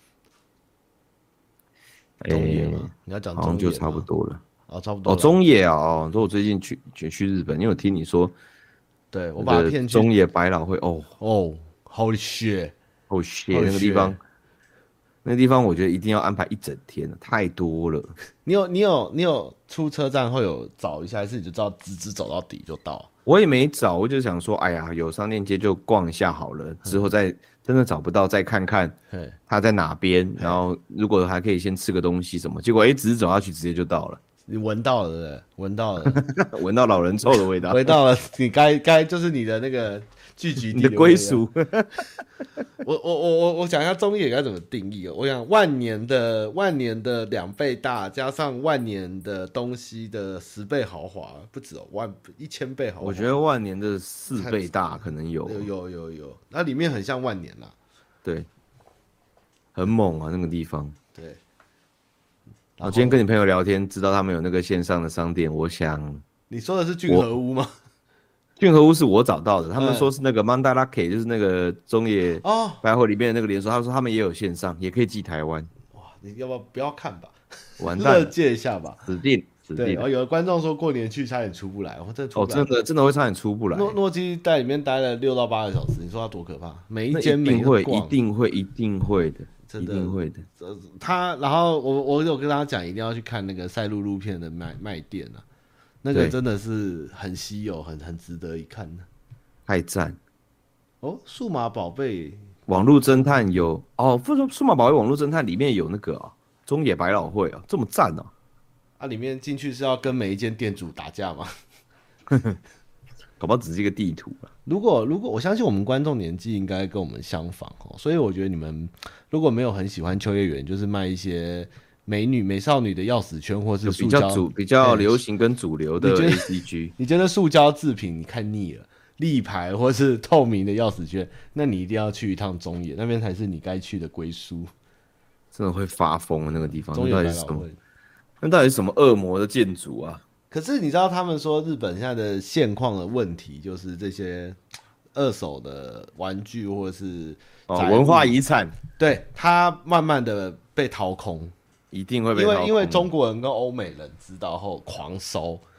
中野吗？你要讲中野吗？ 就差不多了。 哦，差不多。 哦，中野啊，哦，说我最近去去去日本，因为我听你说， 对我把他骗去中野百老汇，哦哦，Holy shit，Holy shit，那个地方。那个地方我觉得一定要安排一整天了，太多了。 你有你有你有出车站会有找一下，还是你就知道直直走到底就到？ 我也没找，我就想说，哎呀，有商店街就逛一下好了，之后再真的找不到再看看它在哪边，然后如果还可以先吃个东西什么，结果哎，直直走下去直接就到了。 你闻到了对不对？闻到了， 闻到老人臭的味道， 闻到了，你该该就是你的那个。聚集地的归属。 我我我我我讲一下中野该怎么定义哦。我想万年的万年的两倍大，加上万年的东西的十倍豪华，不止哦，万一千倍豪华。 我觉得万年的四倍大可能有， 有有有有，那里面很像万年啦。 对，很猛啊那个地方。 对。 我今天跟你朋友聊天，知道他们有那个线上的商店，我想你说的是俊和屋吗？ 俊和屋是我找到的，他们说是那个 Mandalake， 就是那个中野百货里面的那个连锁，他说他们也有线上，也可以寄台湾。 哇，你要不要不要看吧？ 完蛋了， 借一下吧， 死定死定。 对，哦，有的观众说过年去差点出不来，我真的出不来。 哦，真的真的会差点出不来。 诺诺基在里面待了六到八个小时，你说他多可怕？每一间每一会一定会一定会的， 真的一定会的。 他然后我我有跟他讲，一定要去看那个赛璐璐片的卖卖店啊，那个真的是很稀有，很很值得一看的。 太赞哦！数码宝贝网络侦探有哦，不是数码宝贝网络侦探里面有那个啊，中野百老汇啊，这么赞哦！ 啊，里面进去是要跟每一间店主打架吗？ 搞不好只是一个地图啊。 如果如果我相信我们观众年纪应该跟我们相仿哦，所以我觉得你们如果没有很喜欢秋叶原，就是卖一些美女美少女的钥匙圈，或是比较主比较流行跟主流的 A C G， 你觉得塑胶制品你看腻了？立牌或是透明的钥匙圈，那你一定要去一趟中野，那边才是你该去的归宿。 真的会发疯的那个地方， 中野百老汇， 那到底是什么恶魔的建筑啊？ 可是你知道他们说日本现在的现况的问题，就是这些二手的玩具或者是哦文化遗产， 对它慢慢的被掏空， 一定会被掏空， 因为因为中国人跟欧美人知道后狂收。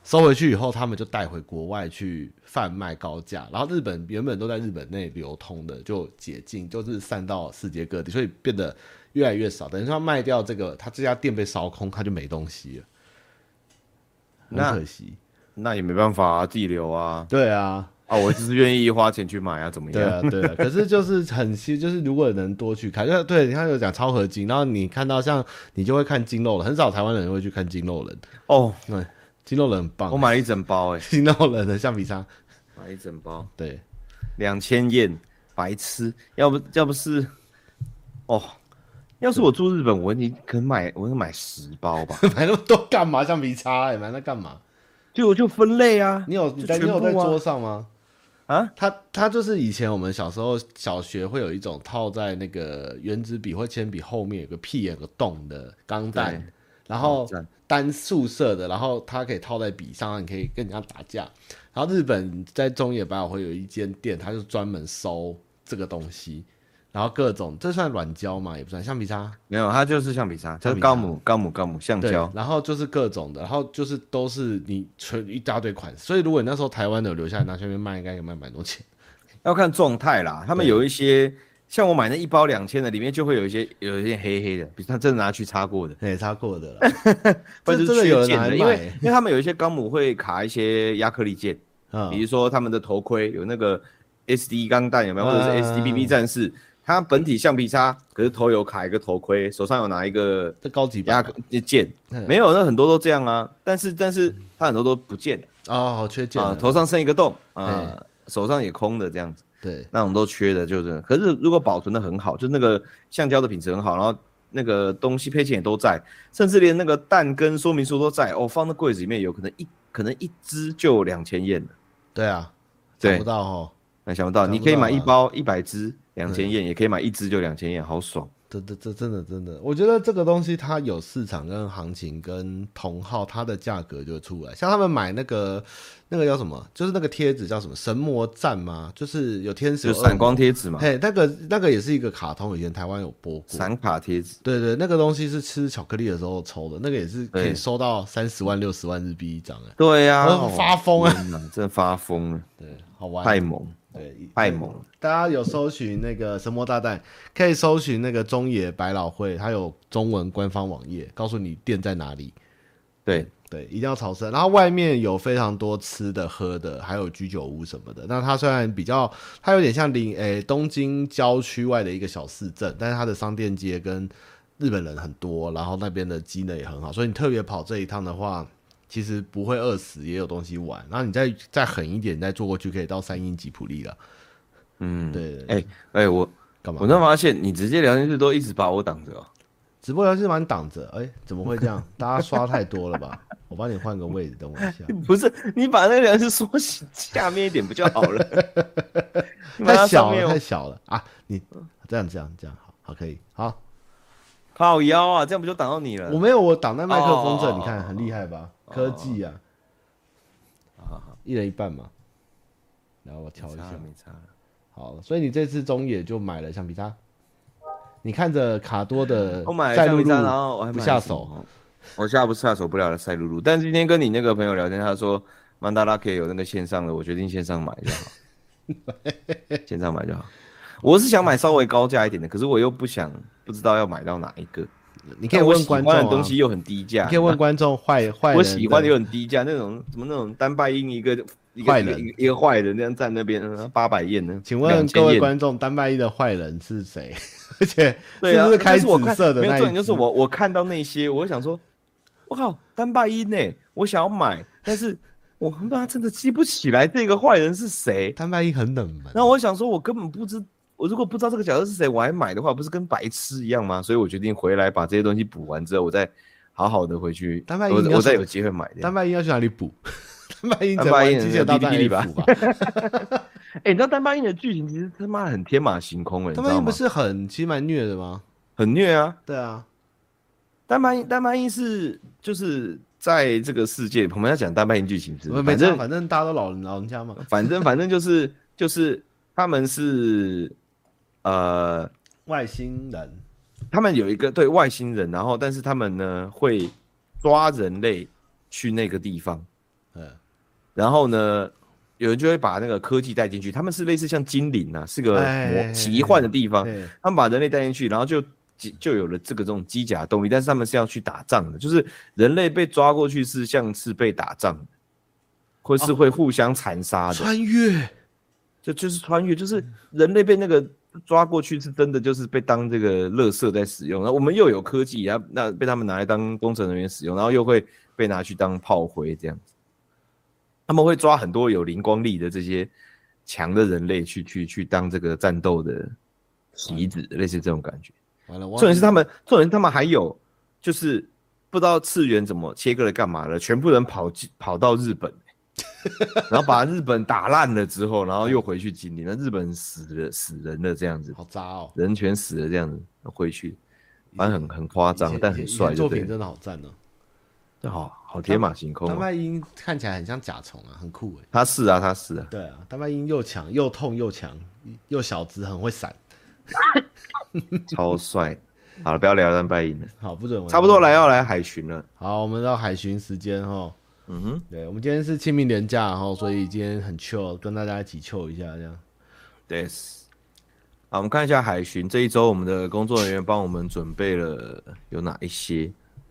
收回去以后，他们就带回国外去贩卖高价，然后日本原本都在日本内流通的就解禁，就是散到世界各地，所以变得越来越少。等于说他卖掉这个，他这家店被烧空，他就没东西了，很可惜。 那也没办法啊，自己留啊。 对啊。 啊，我只是愿意花钱去买啊，怎么样？ 对啊，对啊。可是就是很稀，就是如果能多去看，就对，你看有讲超合金，然后你看到像你就会看筋肉人，很少台湾人会去看筋肉人哦。 对，筋肉人很棒， 我买了一整包哎、 欸，筋肉人的橡皮擦， 买一整包， 对， 两千yen，白痴，要不要不是，哦，要是我住日本，我你可能买，我能买十包吧， 买那么多干嘛？橡皮擦哎、欸，买那干嘛？ 就就分类啊， 你有你在、啊、你有在桌上吗？ 啊， 它它就是以前我们小时候小学会有一种套在那个圆珠笔或铅笔后面有个屁眼有个洞的钢弹，然后单素色的，然后它可以套在笔上，你可以跟人家打架。然后日本在中野百老汇有一间店，它就专门收这个东西，然后各种这算软胶吗？也不算，橡皮擦没有，它就是橡皮擦，它是高母高母高母橡胶， 然后就是各种的，然后就是都是你存一大堆款式，所以如果你那时候台湾的有留下来拿去那边卖，应该可以卖蛮多钱。 要看状态啦，他们有一些像我买那一包两千的，里面就会有一些有一些黑黑的，比如他真的拿去擦过的， 对，擦过的啦， 或者是真的有人拿来卖， 因为因为他们有一些钢母会卡一些亚克力件， 嗯、 比如说他们的头盔有那个 S D 钢弹有没有，或者是 S D B B 战士。它本体橡皮擦，可是头有卡一个头盔，手上有拿一个这高级版剑，没有，那很多都这样啊。但是但是它很多都不见哦，好缺件啊，头上剩一个洞啊，手上也空的这样子， 对， 那种都缺的，就是。可是如果保存的很好，就那个橡胶的品质很好，然后那个东西配件也都在，甚至连那个弹跟说明书都在，哦，放在柜子里面，有可能一可能一支就两千yen了。 对啊，想不到哦， 那想不到，你可以买一包一百支。两千yen也可以买一支就两千yen，好爽！ 这这这真的真的，我觉得这个东西它有市场跟行情跟同号，它的价格就出来。像他们买那个那个叫什么，就是那个贴纸叫什么神魔战吗？就是有天使有就闪光贴纸嘛。 嘿，那个那个也是一个卡通，以前台湾有播过。 闪卡贴纸。 对对，那个东西是吃巧克力的时候抽的，那个也是可以收到三十万六十万日币一张哎。 对呀、啊， 发疯啊！ 真的发疯了。 对，好玩， 太猛。 对， 太猛！ 大家有搜寻那个神魔大弹，可以搜寻那个中野百老汇，它有中文官方网页，告诉你店在哪里。 对对，一定要朝圣。然后外面有非常多吃的、喝的，还有居酒屋什么的。那它虽然比较，它有点像临诶东京郊区外的一个小市镇，但是它的商店街跟日本人很多，然后那边的机能也很好，所以你特别跑这一趟的话。其实不会饿死，也有东西玩。然后你再再狠一点，你再坐过去，可以到三鹰吉普力了。嗯，对。哎哎、欸欸，我干嘛？ 我才发现你直接聊天室都一直把我挡着哦。 直播聊天室把你挡着，哎、欸，怎么会这样？大家刷太多了吧？我帮你换个位置，等我一下。 不是，你把那个聊天室缩下面一点不就好了？ 太小了，太小了啊！你这样这样这样，好好可以，好。 靠腰啊，这样不就挡到你了？ 我没有，我挡在麦克风这，你看很厉害吧？科技啊， 好好， 一人一半嘛。然后我调一下， 没差。 好，所以你这次中野就买了橡皮擦。你看着卡多的我买了橡皮擦，然后我还不下手， 我下不下手不了的赛璐璐。但是今天跟你那个朋友聊天，他说曼达拉可以有那个线上的，我决定线上买就好。线上买就好。我是想买稍微高价一点的，可是我又不想不知道要买到哪一个。 你可以问观众、啊， 的东西又很低价， 你可以问观众坏坏人， 我喜欢的又很低价，那种什么那种单拜音一个一个坏人一个一个坏人那样站那边八百yen呢？ 请问各位观众，单拜音的坏人是谁？而且是不是开紫色的那一只？ 没有重点就是我我看到那些，我想说，我靠，单拜音呢，我想要买，但是。我他妈真的记不起来这个坏人是谁， 单拜音很冷门。 然后我想说，我根本不知，我如果不知道这个角色是谁，我还买的话，不是跟白痴一样吗？所以我决定回来把这些东西补完之后，我再好好的回去。 单拜音我我再有机会买的。 单拜音要去哪里补？单拜音单拜音机械大战里吧。 哎、欸，你知道单拜音的剧情其实他妈很天马行空哎、欸， 单拜音不是很其实蛮虐的吗？ 很虐啊。 对啊， 单拜音单拜音是就是。在这个世界，我们要讲单拜音剧情是， 反正反正大家都老人老人家嘛， 反正反正就是就是他们是呃外星人， 他们有一个对外星人，然后但是他们呢会抓人类去那个地方， 嗯， 然后呢，有人就会把那个科技带进去，他们是类似像精灵啊，是个魔奇幻的地方，他们把人类带进去，然后就就有了这个这种机甲动力，但是他们是要去打仗的，就是人类被抓过去是像是被打仗的，或是会互相残杀的， 穿越， 就就是穿越，就是人类被那个抓过去是真的就是被当这个垃圾在使用，然后我们又有科技，然后那被他们拿来当工程人员使用，然后又会被拿去当炮灰这样子。他们会抓很多有灵光力的这些强的人类去去去当这个战斗的棋子，类似这种感觉。 完了， 重点是他们，重点是他们还有就是不知道次元怎么切割了干嘛了，全部人跑跑到日本，然后把日本打烂了之后，然后又回去经历，那日本死了死人了这样子， 好渣哦， 人全死了这样子回去，反正很很夸张，但很帅， 作品真的好赞哦。 好好天马行空、啊。 丹麦鹰看起来很像甲虫啊，很酷哎。 他是啊，他是啊。 对啊，丹麦鹰又强又痛又强又小只，很会闪， 超帅。好了，不要聊丹麦鹰了。 好，不准。 差不多来要来海巡了。 好，我们到海巡时间哈。 嗯哼， 对，我们今天是清明连假哈，所以今天很 chill， 跟大家一起 chill 一下这样。 对。好，我们看一下海巡这一周，我们的工作人员帮我们准备了有哪一些？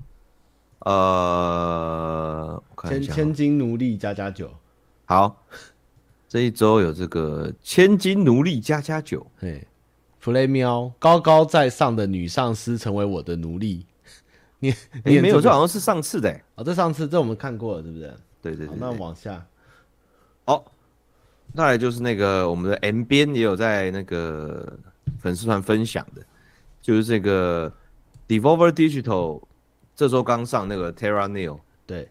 呃，我看一下， 千金奴隶加加酒。 好，这一周有这个千金奴隶加加酒。 嘿 ，Play 喵，高高在上的女上司成为我的奴隶。你你、 欸、没有，这好像是上次的、欸。 哦，这上次这我们看过了，对不对？ 对对 对, 對。 那往下。 哦，再来就是那个我们的 M 编也有在那个粉丝团分享的，就是这个 Devolver Digital。这周刚上那个 Terra Nil， 对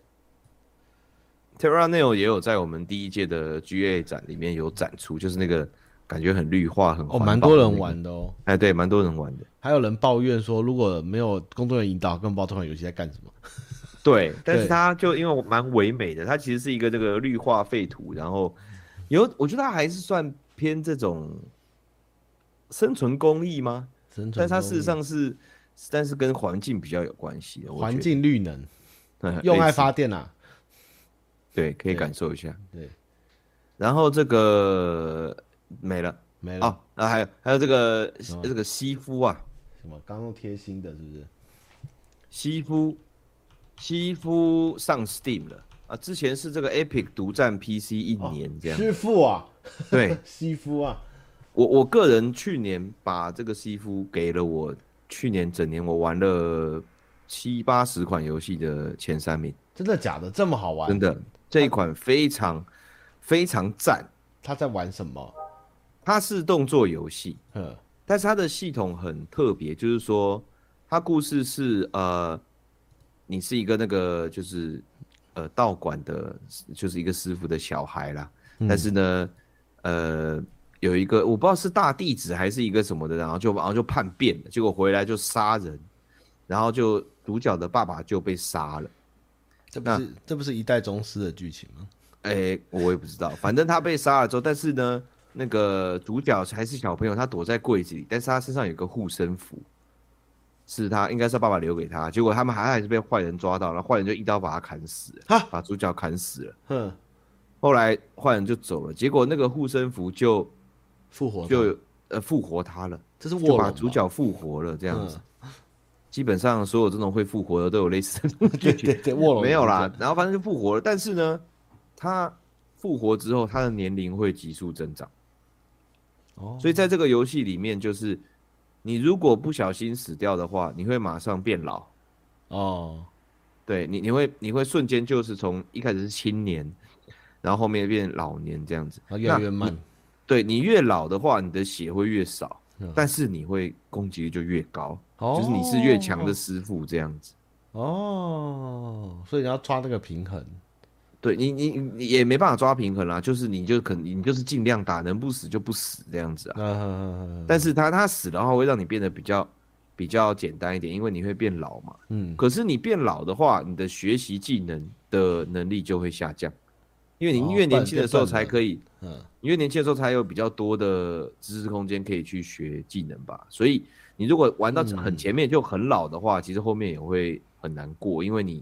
，Terra Nil 也有在我们第一届的 G A 展里面有展出，就是那个感觉很绿化、很环保、那個、 哦，蛮多人玩的哦。 哎，对，蛮多人玩的。 还有人抱怨说，如果没有工作人员引导，根本不知道这款游戏在干什么。 对，但是它就因为蛮唯美的，它其实是一个这个绿化废土，然后有，我觉得它还是算偏这种生存工艺吗？ 生存工艺， 但是它事实上是。但是跟环境比较有关系的， 环境绿能，用爱发电啊， 对，可以感受一下。 对， 然后这个没了， 没了。 哦，那还有还有这个这个西夫啊， 什么刚用贴心的，是不是？ 西夫，西夫上 Steam 了啊！之前是这个 Epic 独占 P C 一年这样。 师傅啊， 对， 西夫啊， 我我个人去年把这个西夫给了我。去年整年我玩了七八十款游戏的前三名， 真的假的？这么好玩？ 真的，这一款非常非常赞。 他在玩什么？ 它是动作游戏， 嗯， 但是它的系统很特别，就是说它故事是呃，你是一个那个就是呃道馆的，就是一个师傅的小孩啦，嗯、但是呢，呃。有一个我不知道是大弟子还是一个什么的，然后就然后就叛变了，结果回来就杀人，然后就主角的爸爸就被杀了。 这不是这不是一代宗师的剧情吗？ 哎、欸，我也不知道，反正他被杀了之后，但是呢，那个主角还是小朋友，他躲在柜子里，但是他身上有个护身符，是他应该是他爸爸留给他，结果他们还还是被坏人抓到，然后坏人就一刀把他砍死了，把主角砍死了。嗯，后来坏人就走了，结果那个护身符就。 复活就呃复活他了， 这是就把主角复活了这样子。嗯、基本上所有这种会复活的都有类似的剧情， 对对对，卧龙没有啦。然后反正就复活了，但是呢，他复活之后，他的年龄会急速增长。哦，所以在这个游戏里面，就是你如果不小心死掉的话，你会马上变老。哦，对你你会你会瞬间就是从一开始是青年，然后后面变老年这样子， 越来越慢。 对你越老的话，你的血会越少，嗯、但是你会攻击力就越高，哦、就是你是越强的师傅这样子。 哦，所以你要抓那个平衡。 对你，你你也没办法抓平衡啦，就是你就可能你就是尽量打，能不死就不死这样子啊。嗯、但是他他死的话，会让你变得比较比较简单一点，因为你会变老嘛。嗯。可是你变老的话，你的学习技能的能力就会下降。因为你越年轻的时候才可以，哦、嗯，你越年轻的时候才有比较多的知识空间可以去学技能吧。所以你如果玩到很前面就很老的话，嗯、其实后面也会很难过，因为你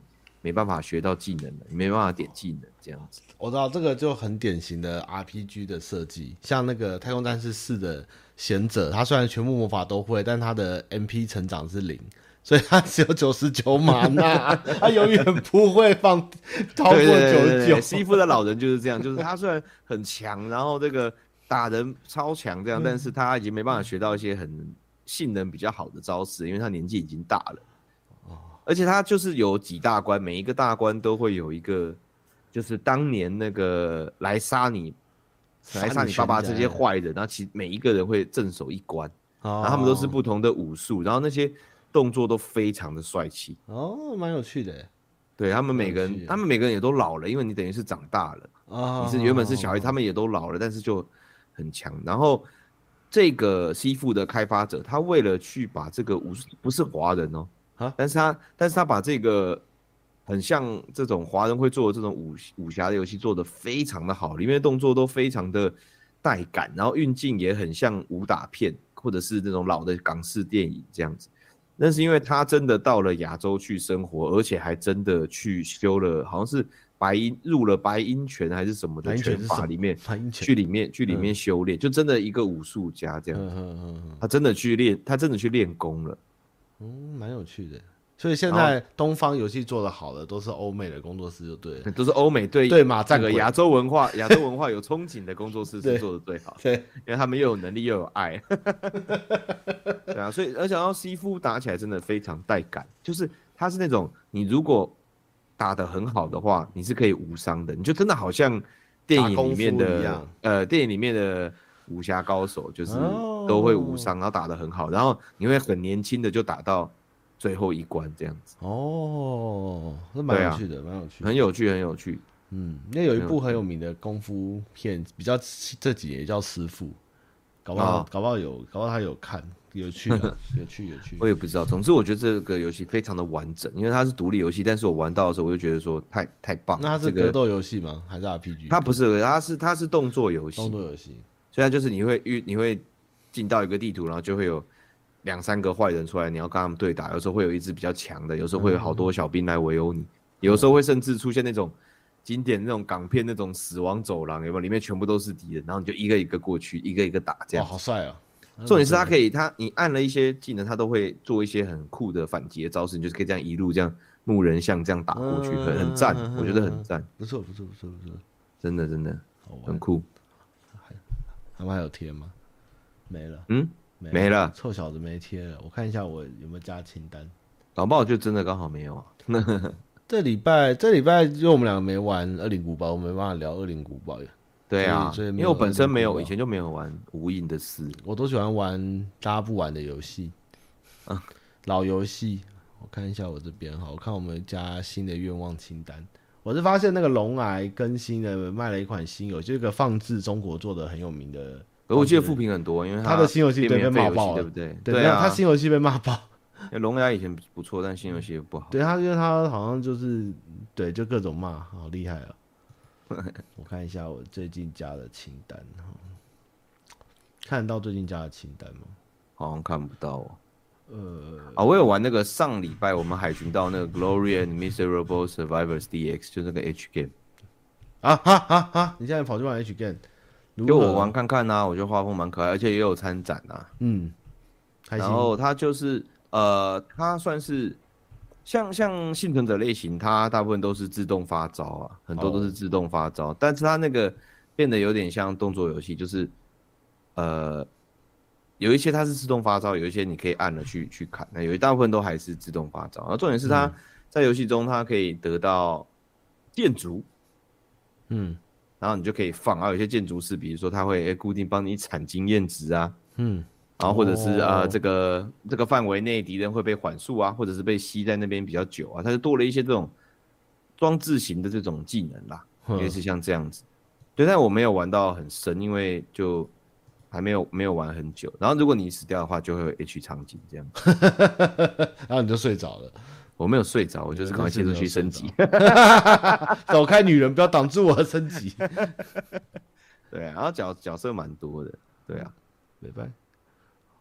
没办法学到技能了，你没办法点技能这样子。 我知道这个就很典型的 R P G 的设计，像那个《太空战士四》的贤者，他虽然全部魔法都会，但他的 M P 成长是零。所以他只有九十九玛纳，他永远不会放超过九十九。 西夫的老人就是这样，就是他虽然很强，然后这个打人超强这样，嗯、但是他已经没办法学到一些很性能比较好的招式，因为他年纪已经大了。哦，而且他就是有几大关，每一个大关都会有一个，就是当年那个来杀你、来杀你爸爸这些坏人，然后其每一个人会镇守一关，哦、然后他们都是不同的武术，然后那些动作都非常的帅气。 哦，蛮有趣的。 对，他们每个人，他们每个人也都老了，因为你等于是长大了，哦、你是原本是小孩，他们也都老了，但是就很强。然后这个西父的开发者，他为了去把这个武不是华人哦，啊，但是他但是他把这个很像这种华人会做的这种武武侠的游戏做得非常的好，里面的动作都非常的带感，然后运镜也很像武打片或者是那种老的港式电影这样子。那是因为他真的到了亚洲去生活，而且还真的去修了，好像是白鹰入了白鹰拳还是什么的拳法里面，去里面去里面修炼，嗯、就真的一个武术家这样子。嗯嗯嗯嗯、他真的去练，他真的去练功了。 嗯，蛮有趣的。所以现在东方游戏做得好的都是欧美的工作室就对了， 都是欧美对对马这个亚洲文化亚洲文化有憧憬的工作室是做得最好， 对， 因为他们又有能力又有爱，对啊，所以而且然后西夫打起来真的非常带感，就是他是那种你如果打得很好的话，你是可以无伤的，你就真的好像电影里面的呃电影里面的武侠高手，就是都会无伤，然后打得很好，然后你会很年轻的就打到最后一关这样子哦，那蛮有趣的，蛮、啊、有趣的， 很有趣，很有趣。 嗯，那有一部很有名的功夫片，比较这几年也叫《师傅》，搞不好、哦、搞不好有，搞不好他有看，有趣的，有趣有趣。 我也不知道，总之我觉得这个游戏非常的完整，因为它是独立游戏，但是我玩到的时候我就觉得说太太棒了。 那它是格斗游戏吗？还是 R P G？ 它不是，它是它是动作游戏， 动作游戏。 所以它就是你会遇你会进到一个地图，然后就会有两三个坏人出来，你要跟他们对打。有时候会有一只比较强的，有时候会有好多小兵来围殴你，有时候会甚至出现那种经典那种港片那种死亡走廊，有没有？里面全部都是敌人，然后你就一个一个过去，一个一个打，这样。 哇，好帅啊！ 重点是他可以，他你按了一些技能，他都会做一些很酷的反击的招式，你就是可以这样一路这样木人像这样打过去，很很赞，我觉得很赞。 不错不错不错不错， 真的真的很酷。 他们还有贴吗？没了。 嗯。没了， 臭小子没贴了。我看一下我有没有加清单， 搞不好就真的刚好没有啊。 这礼拜这礼拜就我们两个没玩恶灵古堡，我没办法聊恶灵古堡。 对啊，所以因为我本身没有，以前就没有玩无印的事。 我都喜欢玩大家不玩的游戏，嗯，老游戏。我看一下我这边哈，我看我们加新的愿望清单。我是发现那个龙癌更新的卖了一款新游戏，这个放置中国做的很有名的。 可我记得负评很多，因为他的新游戏被骂爆了， 对不对？ 对，对啊，他新游戏被骂爆。 龙牙以前不错，但新游戏不好。 对他，因为他好像就是对，就各种骂，好厉害啊！我看一下我最近加的清单，看得到最近加的清单吗？ 好像看不到哦。呃，啊，我有玩那个上礼拜我们海巡到那个 Glory and Miserable Survivors D X， 就那个 H game。 啊哈哈哈！你现在跑去玩 H game？ 就我玩看看啊，我觉得画风蛮可爱，而且也有参展啊。 嗯， 然后它就是呃，它算是像像幸存者类型，它大部分都是自动发招啊，很多都是自动发招，哦、但是它那个变得有点像动作游戏，就是呃，有一些它是自动发招，有一些你可以按了去去砍，那有一大部分都还是自动发招。然后重点是它在游戏中它可以得到建筑，嗯。然后你就可以放，然后有些建筑师，比如说他会固定帮你产经验值啊，嗯，然后或者是、哦、呃这个这个范围内敌人会被缓速啊，或者是被吸在那边比较久啊，它就多了一些这种装置型的这种技能啦，类似像这样子。对，但我没有玩到很深，因为就还没有没有玩很久。然后如果你死掉的话，就会有 H 场景这样， 然后你就睡着了。 我没有睡着，我就是赶快切出去升级。 走开，女人，不要挡住我的升级。 对、啊，然后角角色蛮多的，对啊， 没办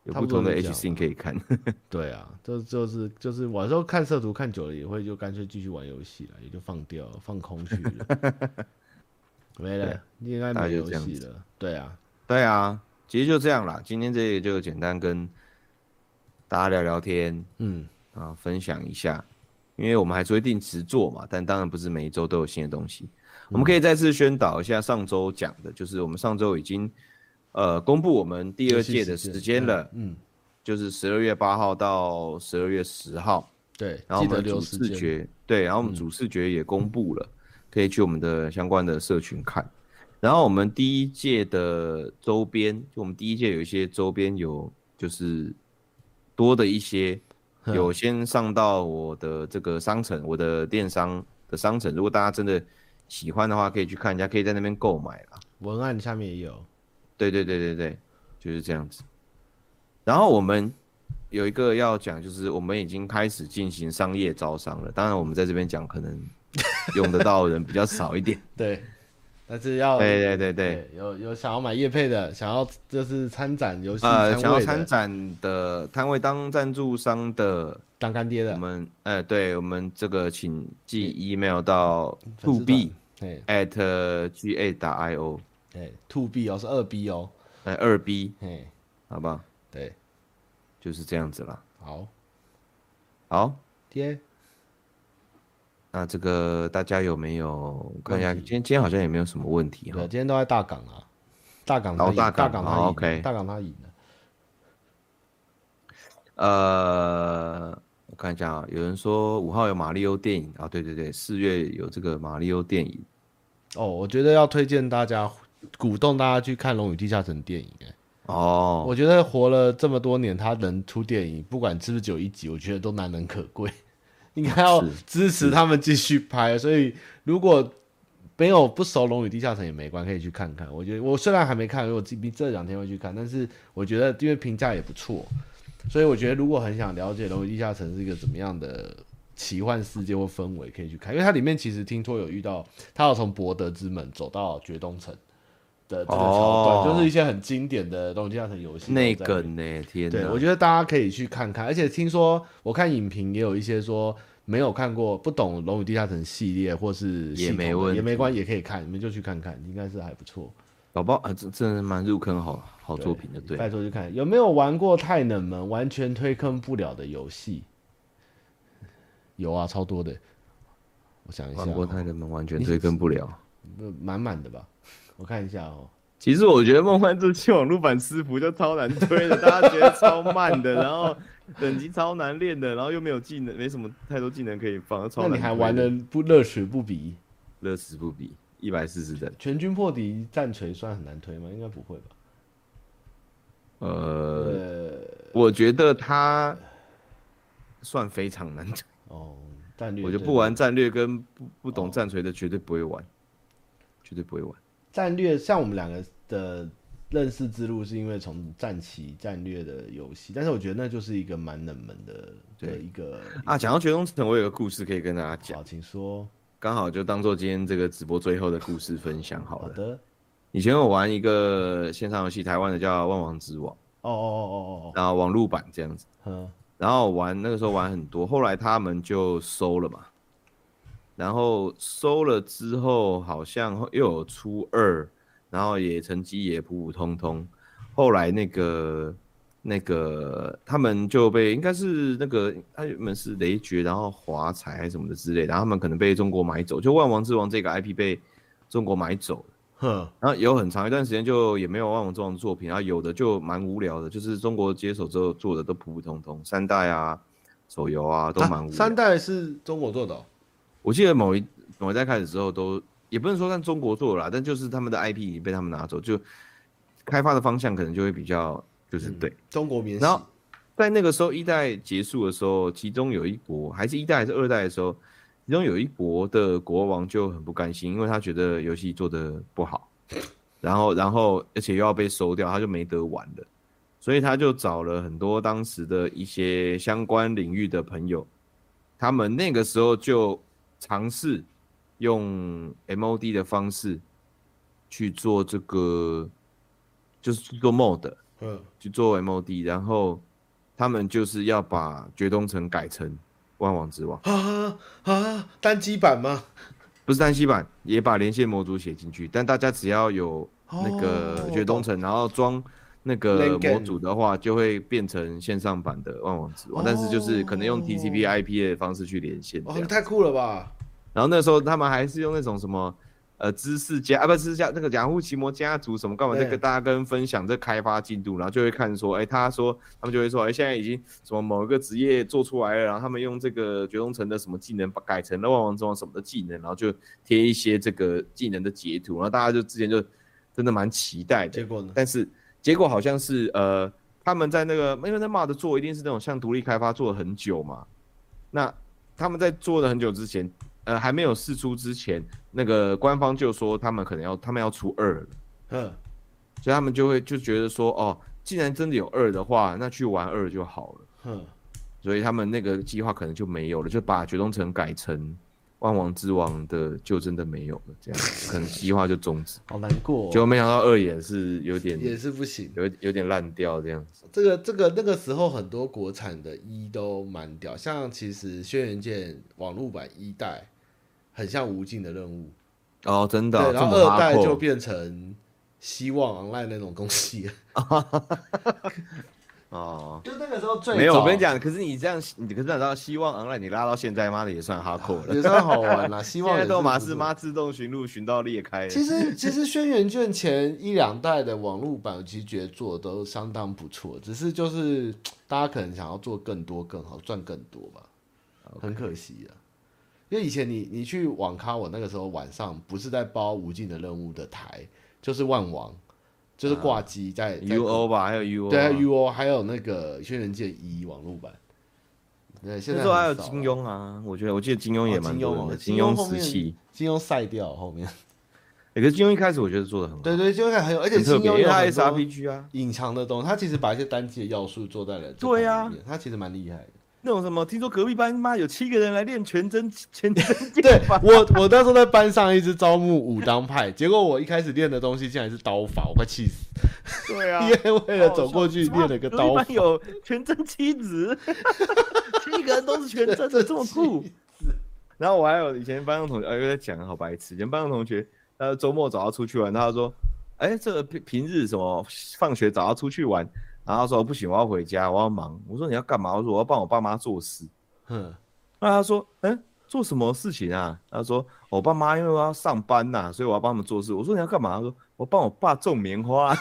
有不同的 H 差不多是这 C 样可以看。 对啊，就就是就是我有时候看色图看久了，也会就干脆继续玩游戏了，也就放掉了，放空去了，没对， 了，应该大概没就这样子。 游戏了。对啊， 对啊，其实就这样啦。今天这个就简单跟大家聊聊天嗯， 啊，分享一下，因为我们还是会定时做嘛，但当然不是每一周都有新的东西。我们可以再次宣导一下上周讲的，就是我们上周已经呃公布我们第二届的时间了， 嗯， 就是十二月八号到十二月十号。 对， 然后我记得们主视留时间。 觉对，然后我们主视觉也公布了，可以去我们的相关的社群看。然后我们第一届的周边，就我们第一届有一些周边有就是多的一些，有先上到我的这个商城，我的电商的商城，如果大家真的喜欢的话，可以去看一下，可以在那边购买啦。 文案下面也有。 对对对对对，就是这样子。然后我们有一个要讲，就是我们已经开始进行商业招商了。当然，我们在这边讲可能用得到的人比较少一点。 对，但是要对对对对， 对有有想要买业配的，想要就是参展游戏呃， 摊想要位的， 参展的摊位当赞助商的， 当干爹的， 我们呃，对我们这个请寄 email 到 to 粉丝团 b 哎 at g a 打 i o， 哎 two B 哦，是二 B 哦， 呃，二 b， 哎， 好不好？ 对， 就是这样子啦。 好， 好， 爹， 那这个大家有没有我看一下？今天今天好像也没有什么问题哈对，。今天都在大港啊，大港他赢， 哦大港哦大港他赢 ，OK 大港他赢了， 呃，我看一下啊，有人说五号有马里奥电影啊，对对对，四月有这个马里奥电影。 哦，我觉得要推荐大家，鼓动大家去看《龙与地下城》电影，哎， 哦， 我觉得活了这么多年，他能出电影，不管是不是只有一集，我觉得都难能可贵。应该要支持他们继续拍。所以如果没有不熟《龙与地下城》也没关系，可以去看看。我觉得我虽然还没看，因为我这这两天会去看，但是我觉得因为评价也不错，所以我觉得如果很想了解《龙与地下城》是一个怎么样的奇幻世界或氛围，可以去看。因为它里面其实听说有遇到，他要从博德之门走到绝东城的这个桥段， 哦就是一些很经典的《龙与地下城》游戏那个呢？天哪！ 对，我觉得大家可以去看看，而且听说我看影评也有一些说没有看过、不懂《龙与地下城》系列或是系统的也没问题也没关系，也可以看，你们就去看看，应该是还不错。 宝宝啊，这真的蛮入坑好好作品的，对。 拜托去看，有没有玩过太冷门、完全推坑不了的游戏？有啊，超多的。我想一下、哦， 玩过太冷门，完全推坑不了。 满满的吧？我看一下哦。 其实我觉得《梦幻日记》网络版师傅就超难推的，大家觉得超慢的，然后等级超难练的，然后又没有技能，没什么太多技能可以放，超难。 那你还玩的不乐此不疲？ 乐此不疲，一百四十等。 全军破敌战锤算很难推吗？应该不会吧？ 呃， 呃， 我觉得它算非常难推。 哦，战略， 我就不玩战略跟不不懂战锤的绝对不会玩，绝对不会玩。 战略像我们两个的认识之路是因为从战棋战略的游戏，但是我觉得那就是一个蛮冷门的的一个啊。讲到绝东城，我有个故事可以跟大家讲。 好，请说。 刚好就当做今天这个直播最后的故事分享好了。 好的。 以前我玩一个线上游戏，台湾的叫《万王之王》。 哦哦哦哦哦。 然后网路版这样子。 嗯。 然后玩那个时候玩很多，后来他们就收了嘛。然后收了之后，好像又有出二，然后也成绩也普普通通。后来那个那个他们就被应该是那个他们是雷爵，然后华彩还是什么的之类的，然后他们可能被中国买走，就万王之王这个 I P 被中国买走了。 哼。 然后有很长一段时间就也没有万王之王的作品，然后有的就蛮无聊的，就是中国接手之后做的都普普通通，三代啊、手游啊都蛮无聊。 啊、三代是中国做的、哦。 我记得某一某一代开始之后都也不能说算中国做了啦，但就是他们的 I P 已经被他们拿走，就开发的方向可能就会比较就是对、嗯、 中国免洗。 然后在那个时候一代结束的时候，其中有一国还是一代还是二代的时候，其中有一国的国王就很不甘心，因为他觉得游戏做的不好，然后然后而且又要被收掉，他就没得玩了，所以他就找了很多当时的一些相关领域的朋友，他们那个时候就尝试用 M O D 的方式去做这个，就是做 mod， 嗯， 去做 M O D， 然后他们就是要把绝冬城改成万王之王啊啊，单机版吗？ 不是单机版，也把连线模组写进去，但大家只要有那哦个绝冬城，然后装那个模组的话，就会变成线上版的万王之王， 哦但是就是可能用 T C P I P 的方式去连线。 哦，太酷了吧！ 然后那时候他们还是用那种什么呃知识家啊，不是知识家那个雅虎奇摩家族什么干嘛，在跟大家跟分享这开发进度，然后就会看说，哎，他说他们就会说，哎，现在已经什么某一个职业做出来了，然后他们用这个绝冬城的什么技能把改成了万王之王什么的技能，然后就贴一些这个技能的截图，然后大家就之前就真的蛮期待的。 结果呢？ 但是结果好像是呃他们在那个因为在 M O D 做一定是那种像独立开发做了很久嘛，那他们在做了很久之前。呃，还没有释出之前，那个官方就说他们可能要，他们要出二了，嗯，所以他们就会就觉得说，哦，既然真的有二的话，那去玩二就好了，嗯，所以他们那个计划可能就没有了，就把绝冬城改成万王之王的，就真的没有了，这样可能计划就终止， 好难过、哦。 结果没想到二也是有点， 也是不行， 有有点烂掉这样子。 这个这个那个时候很多国产的一都蛮屌，像其实轩辕剑网络版一代。很像无尽的任务哦，真的、 啊，对，然后二代就变成希望 online 那种东西了。 哦， 就那个时候最早没有，我跟你讲，可是你这样，你可是你知道希望 online 你拉到现在，妈的也算 hardcore 了， 也算好玩啦。希望现在都马是妈自动寻路寻到裂开。 其实其实轩辕剑前一两代的网络版，我其实觉得做的都相当不错，只是就是大家可能想要做更多更好，赚更多吧， okay. 很可惜啊。因为以前你你去网咖，我那个时候晚上不是在包无尽的任务的台，就是万王，就是挂机在、啊、在 U O 吧，还有 U O， 对，还有 U O， 还有那个轩辕剑一网络版。对，现在那时候还有金庸啊，我觉得我记得金庸也蛮多的，金庸时期， 金庸晒掉后面。 欸、可是金庸一开始我觉得做的很好， 对对，金庸很有，而且金庸因为他 S R P G 啊， 隐藏的东西，他其实把一些单机的要素做在了这对啊， 他其实蛮厉害的。 那种什么，听说隔壁班妈有七个人来练全真全真对我，我那时候在班上一直招募武当派，结果我一开始练的东西竟然是刀法，我快气死。 对啊， 因为为了走过去练了个刀法。 隔壁班有全真七子，七个人都是全真的，这么酷。然后我还有以前班上同学，哎，又在讲好白痴。以前班上同学，他周末找他出去玩，他说，哎、欸，这个平平日什么放学找他出去玩。然后他说不行，我要回家，我要忙。我说你要干嘛？我说我要帮我爸妈做事。嗯，那他说，嗯，做什么事情啊？他说我爸妈因为我要上班呐、啊，所以我要帮他们做事。我说你要干嘛？他说我帮我爸种棉花。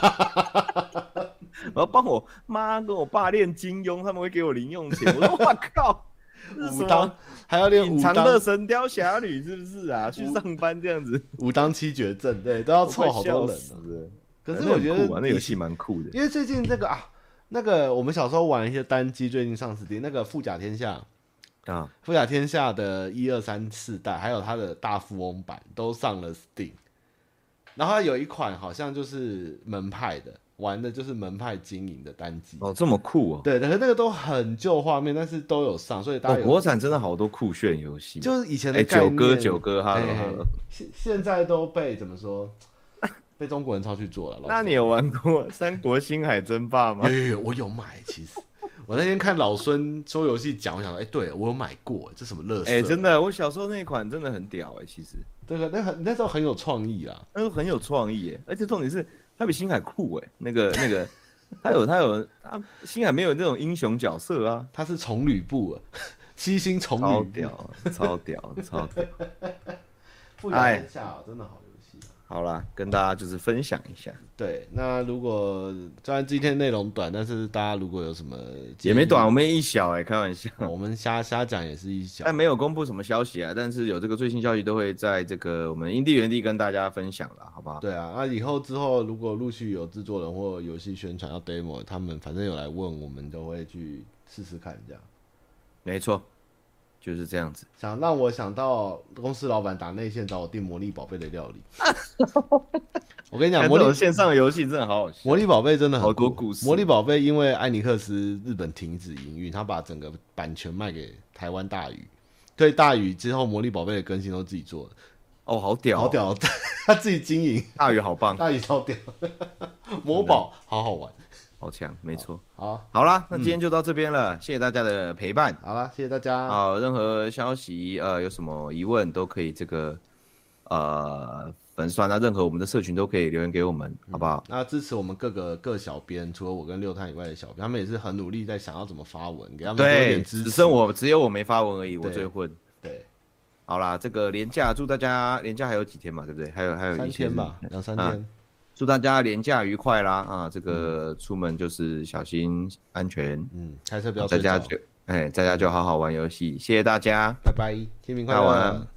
我要帮我妈跟我爸练金庸，他们会给我零用钱。我说我靠， 武当还要练隐藏的神雕侠侣是不是啊？去上班这样子， 武当七绝阵，对，都要凑好多人啊。可是我觉得那游戏蛮酷的， 因为最近这个啊，那个我们小时候玩一些单机，最近上实体，那个富甲天下啊，富甲天下的一二三四代，还有它的大富翁版都上了 Steam。然后它有一款好像就是门派的，玩的就是门派经营的单机。 哦，这么酷哦！ 对，可是那个都很旧画面，但是都有上，所以大家有、 哦、国产真的好多酷炫游戏， 就是以前的概念。 九哥九哥哈喽哈喽， 现现在都被怎么说？被中国人抄去做了。 那你有玩过《三国星海争霸》吗？ 有有有，我有买。其实我那天看老孙说游戏讲，我想说，哎、欸，对我有买过，这什么乐色？ 哎，真的，我小时候那一款真的很屌哎、欸，其实。 对个，那很那时候很有创意啊， 那时候很有创意哎，而且重点是它比星海酷哎、欸，那个那个，它有它有它星海没有那种英雄角色啊， 它是从吕布啊，七星从吕布，超屌，超屌，超屌。 富甲天下、哦、真的好。 好啦，跟大家就是分享一下。 对，那如果虽然今天内容短，但是大家如果有什么也没短，我们一小哎、欸，开玩笑， 我们瞎瞎讲也是一小， 但没有公布什么消息啊，但是有这个最新消息都会在这个我们因地原地跟大家分享了，好不好？ 对啊，那以后之后如果陆续有制作人或游戏宣传要 demo， 他们反正有来问，我们都会去试试看，这样。 没错。就是这样子， 想让我想到公司老板打内线找我订魔力宝贝的料理。我跟你讲，魔力线上游戏真的好好笑， 魔力宝贝真的很好多故事。 魔力宝贝因为艾尼克斯日本停止营运，他把整个版权卖给台湾大宇，对大宇之后，魔力宝贝的更新都自己做的。 哦，好屌、哦， 好屌，他自己经营， 大鱼好棒， 大鱼超屌，魔宝好好玩， 好强，没错。 好， 好啦，那今天就到这边了，嗯、谢谢大家的陪伴。 好啦，谢谢大家。 好，任何消息呃有什么疑问都可以这个呃粉丝团啊，任何我们的社群都可以留言给我们，嗯、好不好？ 那支持我们各个各小编，除了我跟六探以外的小编，他们也是很努力在想要怎么发文，给他们多一点支持。 只剩我只有我没发文而已，我最混。 对。 好啦，这个连假祝大家连假还有几天嘛，对不对？还有还有三天吧，两三天、啊。 祝大家连假愉快啦！啊，这个出门就是小心安全， 嗯，开车不要睡觉。 在家就哎，在家就好好玩游戏。谢谢大家， 拜拜，天明快乐。